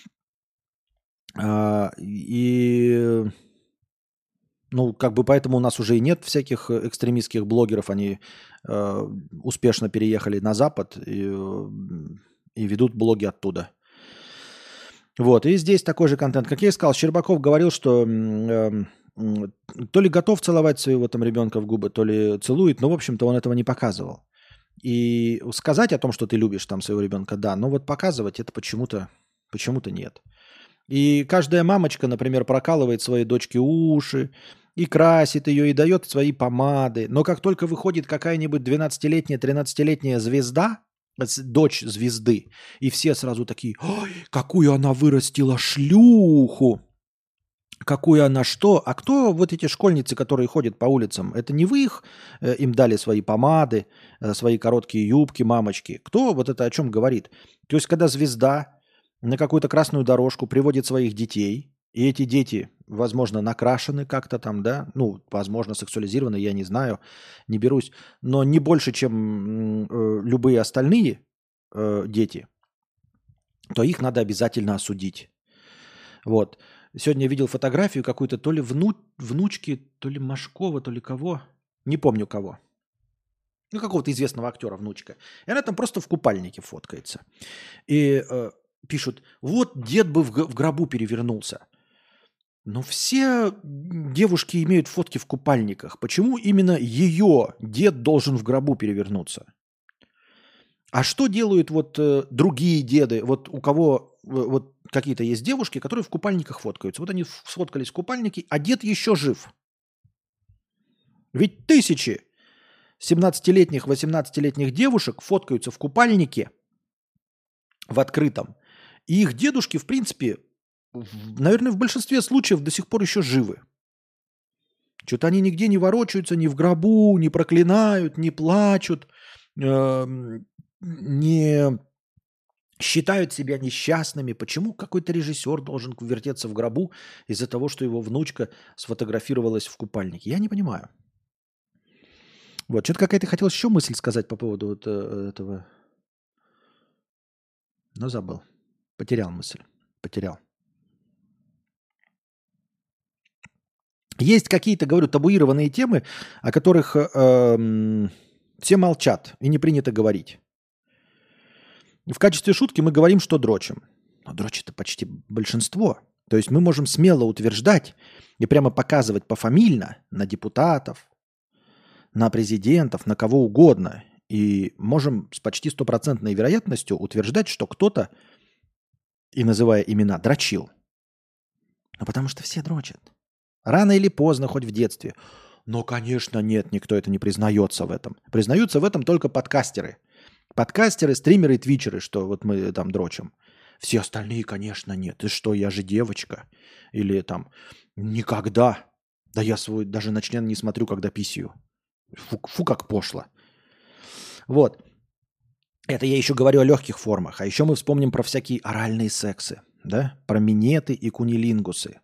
А, и ну, как бы поэтому у нас уже и нет всяких экстремистских блогеров. Они э, успешно переехали на Запад и, и ведут блоги оттуда. Вот, и здесь такой же контент. Как я и сказал, Щербаков говорил, что э, то ли готов целовать своего там ребенка в губы, то ли целует, но, в общем-то, он этого не показывал. И сказать о том, что ты любишь там своего ребенка, да, но вот показывать это почему-то, почему-то нет. И каждая мамочка, например, прокалывает своей дочке уши, и красит ее, и дает свои помады. Но как только выходит какая-нибудь двенадцатилетняя, тринадцатилетняя звезда, дочь звезды, и все сразу такие: ой, какую она вырастила шлюху. какую она что. А кто вот эти школьницы, которые ходят по улицам? Это не вы их, э, им дали свои помады, э, свои короткие юбки, мамочки? Кто вот это о чем говорит? То есть, когда звезда на какую-то красную дорожку приводит своих детей, и эти дети, возможно, накрашены как-то там, да, ну, возможно, сексуализированы, я не знаю, не берусь, но не больше, чем э, любые остальные э, дети, то их надо обязательно осудить. Вот. Сегодня я видел фотографию какую-то то ли вну... внучки, то ли Машкова, то ли кого. Не помню кого. Ну, какого-то известного актера внучка. И она там просто в купальнике фоткается. И э, пишут, вот дед бы в, г- в гробу перевернулся. Но все девушки имеют фотки в купальниках. Почему именно ее дед должен в гробу перевернуться? А что делают вот э, другие деды? Вот у кого э, вот какие-то есть девушки, которые в купальниках фоткаются. Вот они ф- сфоткались в купальнике, а дед еще жив. Ведь тысячи семнадцатилетних, восемнадцатилетних девушек фоткаются в купальнике в открытом. И их дедушки, в принципе, в- наверное, в большинстве случаев до сих пор еще живы. Что-то они нигде не ворочаются, ни в гробу, не проклинают, не плачут, эм, не считают себя несчастными. Почему какой-то режиссер должен вертеться в гробу из-за того, что его внучка сфотографировалась в купальнике? Я не понимаю. Вот, что-то какая-то хотелось еще мысль сказать по поводу вот э, этого. Но забыл. Потерял мысль. Потерял. Есть какие-то, говорю, табуированные темы, о которых э, эм, все молчат и не принято говорить. В качестве шутки мы говорим, что дрочим. Но дрочит это почти большинство. То есть мы можем смело утверждать и прямо показывать пофамильно на депутатов, на президентов, на кого угодно. И можем с почти стопроцентной вероятностью утверждать, что кто-то, и называя имена, дрочил. Ну потому что все дрочат. Рано или поздно, хоть в детстве. Но, конечно, нет, никто это не признается в этом. Признаются в этом только подкастеры. Подкастеры, стримеры, твичеры, что вот мы там дрочим. Все остальные, конечно, нет. Ты что, я же девочка. Или там, никогда. Да я свой даже на член не смотрю, когда писаю. Фу, фу, как пошло. Вот. Это я еще говорю о легких формах. А еще мы вспомним про всякие оральные сексы. Да? Про минеты и кунилингусы.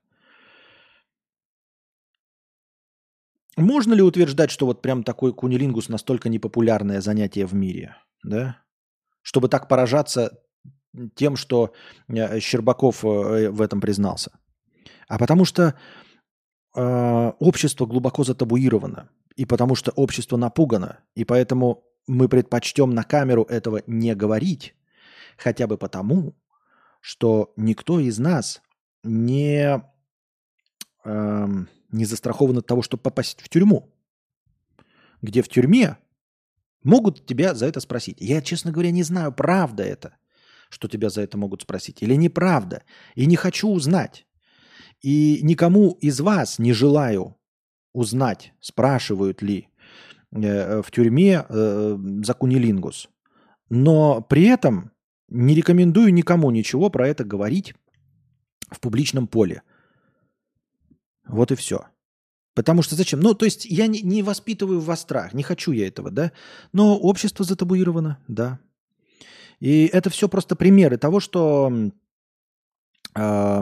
Можно ли утверждать, что вот прям такой кунилингус настолько непопулярное занятие в мире? Да? Чтобы так поражаться тем, что э, Щербаков э, в этом признался. А потому что э, общество глубоко затабуировано. И потому что общество напугано. И поэтому мы предпочтем на камеру этого не говорить. Хотя бы потому, что никто из нас не, э, не застрахован от того, чтобы попасть в тюрьму. Где в тюрьме могут тебя за это спросить. Я, честно говоря, не знаю, правда это, что тебя за это могут спросить, или неправда. И не хочу узнать. И никому из вас не желаю узнать, спрашивают ли э, в тюрьме э, за кунилингус. Но при этом не рекомендую никому ничего про это говорить в публичном поле. Вот и все. Потому что зачем? Ну, то есть я не, не воспитываю в вас страх, не хочу я этого, да? Но общество затабуировано, да. И это все просто примеры того, что э,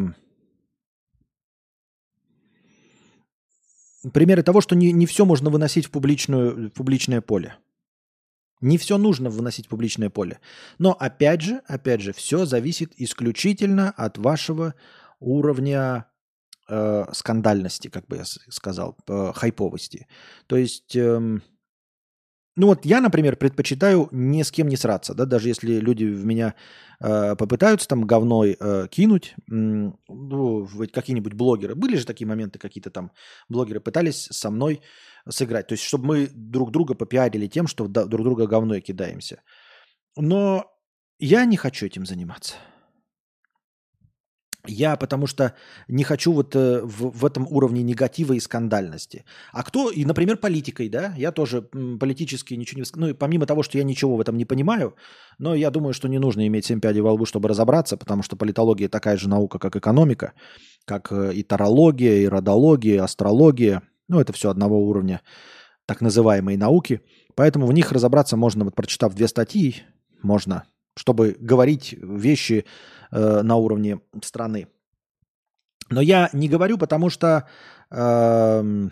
примеры того, что не, не все можно выносить в, публичную, в публичное поле. Не все нужно выносить в публичное поле. Но опять же, опять же, все зависит исключительно от вашего уровня э, скандальности, как бы я сказал, э, хайповости. То есть, э, ну вот я, например, предпочитаю ни с кем не сраться, да, даже если люди в меня э, попытаются там говной э, кинуть, э, ну, какие-нибудь блогеры. Были же такие моменты, какие-то там блогеры пытались со мной сыграть. То есть, чтобы мы друг друга попиарили тем, что друг друга говной кидаемся. Но я не хочу этим заниматься. Я потому что не хочу вот э, в, в этом уровне негатива и скандальности. А кто, и, например, политикой, да, я тоже м, политически ничего не... выск- Ну, и помимо того, что я ничего в этом не понимаю, но я думаю, что не нужно иметь семь пядей во лбу, чтобы разобраться, потому что политология такая же наука, как экономика, как э, и тарология, и родология, и астрология. Ну, это все одного уровня, так называемые науки. Поэтому в них разобраться можно, вот прочитав две статьи, можно, чтобы говорить вещи э, на уровне страны. Но я не говорю, потому что эм,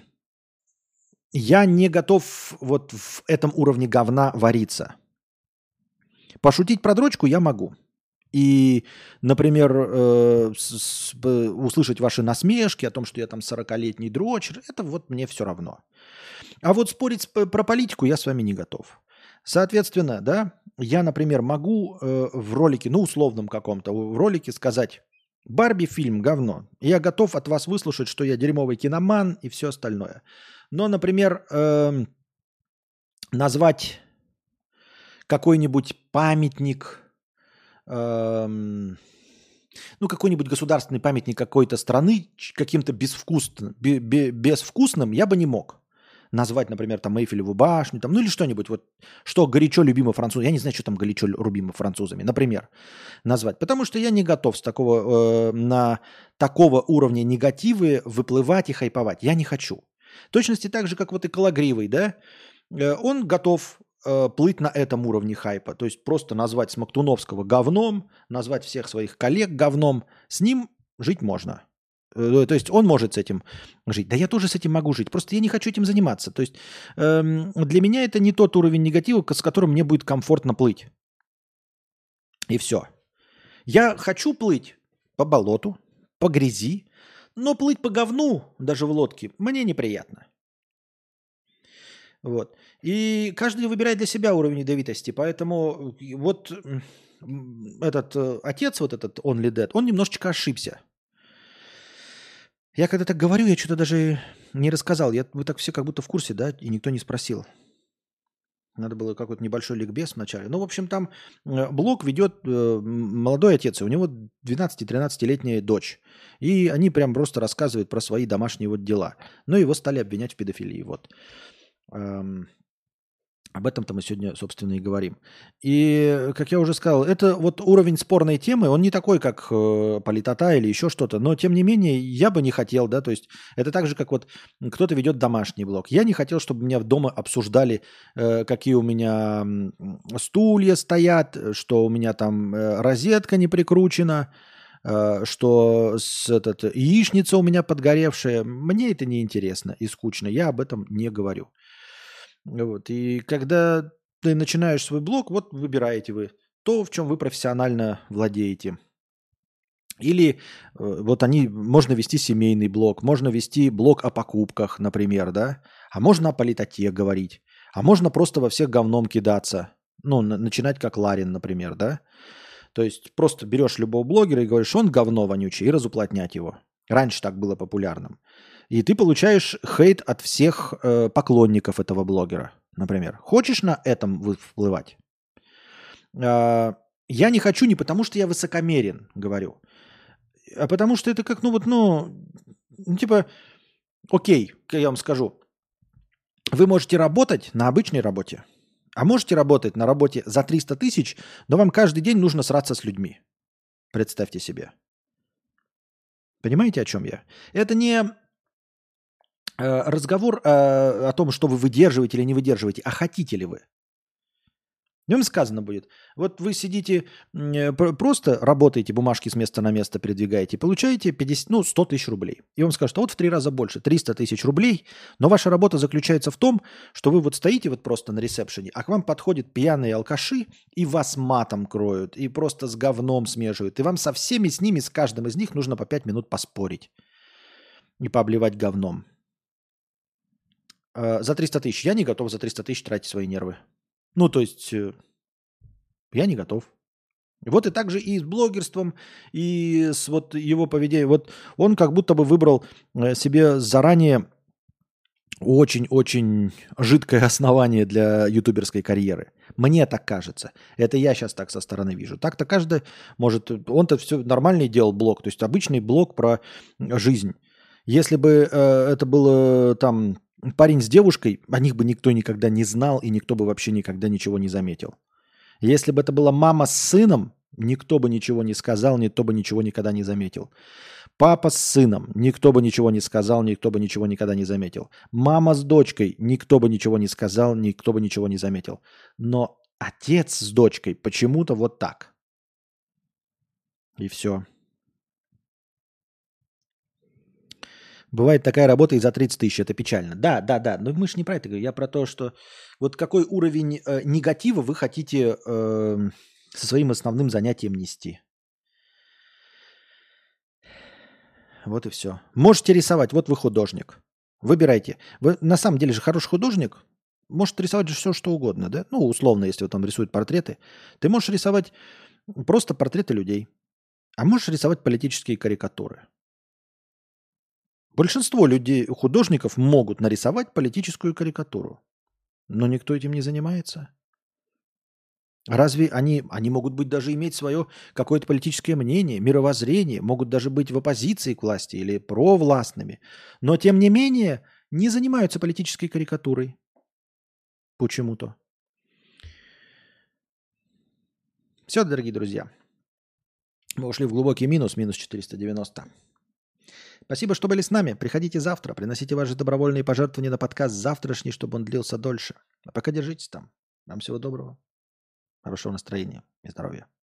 я не готов вот в этом уровне говна вариться. Пошутить про дрочку я могу. И, например, э, с- с- б- услышать ваши насмешки о том, что я там сорокалетний дрочер, это вот мне все равно. А вот спорить с п- про политику я с вами не готов. Соответственно, да, я, например, могу э, в ролике, ну, условном каком-то, в ролике сказать: Барби фильм говно. Я готов от вас выслушать, что я дерьмовый киноман и все остальное. Но, например, эм, назвать какой-нибудь памятник, эм, ну, какой-нибудь государственный памятник какой-то страны ч- каким-то безвкусным, бе- бе- безвкусным я бы не мог. Назвать, например, там Эйфелеву башню, там, ну или что-нибудь, вот, что горячо любимо французами. Я не знаю, что там горячо любимо французами, например, назвать. Потому что я не готов с такого, э, на такого уровня негативы выплывать и хайповать. Я не хочу. В точности так же, как вот и Кологривый, да, э, он готов э, плыть на этом уровне хайпа. То есть просто назвать Смоктуновского говном, назвать всех своих коллег говном, с ним жить можно. Э, То есть он может с этим жить. Да я тоже с этим могу жить. Просто я не хочу этим заниматься. То есть эм, для меня это не тот уровень негатива, с которым мне будет комфортно плыть. И все. Я хочу плыть по болоту, по грязи, но плыть по говну, даже в лодке, мне неприятно. Вот. И каждый выбирает для себя уровень ядовитости. Поэтому э, вот м, этот э, отец, вот этот Only Dead, он немножечко ошибся. Я когда так говорю, я что-то даже не рассказал. Я, вы так все как будто в курсе, да, и никто не спросил. Надо было какой-то небольшой ликбез вначале. Ну, в общем, там э, блог ведет э, м, молодой отец, и у него двенадцати-тринадцатилетняя дочь. И они прям просто рассказывают про свои домашние вот дела. Но его стали обвинять в педофилии. Вот. Эм, Об этом-то мы сегодня, собственно, и говорим. И, как я уже сказал, это вот уровень спорной темы, он не такой, как э, политота или еще что-то, но, тем не менее, я бы не хотел, да, то есть это так же, как вот кто-то ведет домашний блог. Я не хотел, чтобы меня дома обсуждали, э, какие у меня м, стулья стоят, что у меня там э, розетка не прикручена, э, что с, этот, яичница у меня подгоревшая. Мне это не интересно и скучно, я об этом не говорю. Вот. И когда ты начинаешь свой блог, вот выбираете вы то, в чем вы профессионально владеете. Или э, вот они, можно вести семейный блог, можно вести блог о покупках, например, да, а можно о политоте говорить, а можно просто во всех говном кидаться, ну, на- начинать как Ларин, например, да. То есть просто берешь любого блогера и говоришь, он говно вонючий, и разуплотнять его. Раньше так было популярным. И ты получаешь хейт от всех э, поклонников этого блогера, например. Хочешь на этом вы- всплывать? А, я не хочу не потому, что я высокомерен, говорю, а потому что это как, ну вот, ну, ну, типа, окей, я вам скажу, вы можете работать на обычной работе, а можете работать на работе за триста тысяч, но вам каждый день нужно сраться с людьми. Представьте себе. Понимаете, о чем я? Это не э, разговор э, о том, что вы выдерживаете или не выдерживаете, а хотите ли вы. В нем сказано будет, вот вы сидите, м, э, пр- просто работаете, бумажки с места на место передвигаете, получаете пятьдесят, ну, сто тысяч рублей. И вам скажут, а вот в три раза больше, триста тысяч рублей, но ваша работа заключается в том, что вы вот стоите вот просто на ресепшене, а к вам подходят пьяные алкаши и вас матом кроют, и просто с говном смешивают. И вам со всеми с ними, с каждым из них нужно по пять минут поспорить и пообливать говном. Э, За триста тысяч. Я не готов за триста тысяч тратить свои нервы. Ну, то есть, э, я не готов. Вот и так же и с блогерством, и с вот его поведением. Вот он как будто бы выбрал э, себе заранее очень-очень жидкое основание для ютуберской карьеры. Мне так кажется. Это я сейчас так со стороны вижу. Так-то каждый может... Он-то все нормальный делал блог. То есть обычный блог про жизнь. Если бы э, это было там парень с девушкой, о них бы никто никогда не знал, и никто бы вообще никогда ничего не заметил. Если бы это была мама с сыном, никто бы ничего не сказал, никто бы ничего никогда не заметил. Папа с сыном, никто бы ничего не сказал, никто бы ничего никогда не заметил. Мама с дочкой, никто бы ничего не сказал, никто бы ничего не заметил. Но отец с дочкой почему-то вот так. И все. Бывает такая работа и за тридцать тысяч, это печально. Да, да, да, но мы же не про это говорим. Я про то, что вот какой уровень э, негатива вы хотите э, со своим основным занятием нести. Вот и все. Можете рисовать, вот вы художник. Выбирайте. Вы на самом деле же хороший художник, может рисовать же все, что угодно, да? Ну, условно, если вот он рисует портреты. Ты можешь рисовать просто портреты людей, а можешь рисовать политические карикатуры. Большинство людей, художников могут нарисовать политическую карикатуру, но никто этим не занимается. Разве они, они могут быть даже иметь свое какое-то политическое мнение, мировоззрение, могут даже быть в оппозиции к власти или провластными, но тем не менее не занимаются политической карикатурой почему-то. Все, дорогие друзья. Мы ушли в глубокий минус, минус четыреста девяносто. Спасибо, что были с нами. Приходите завтра, приносите ваши добровольные пожертвования на подкаст завтрашний, чтобы он длился дольше. А пока держитесь там. Вам всего доброго. Хорошего настроения и здоровья.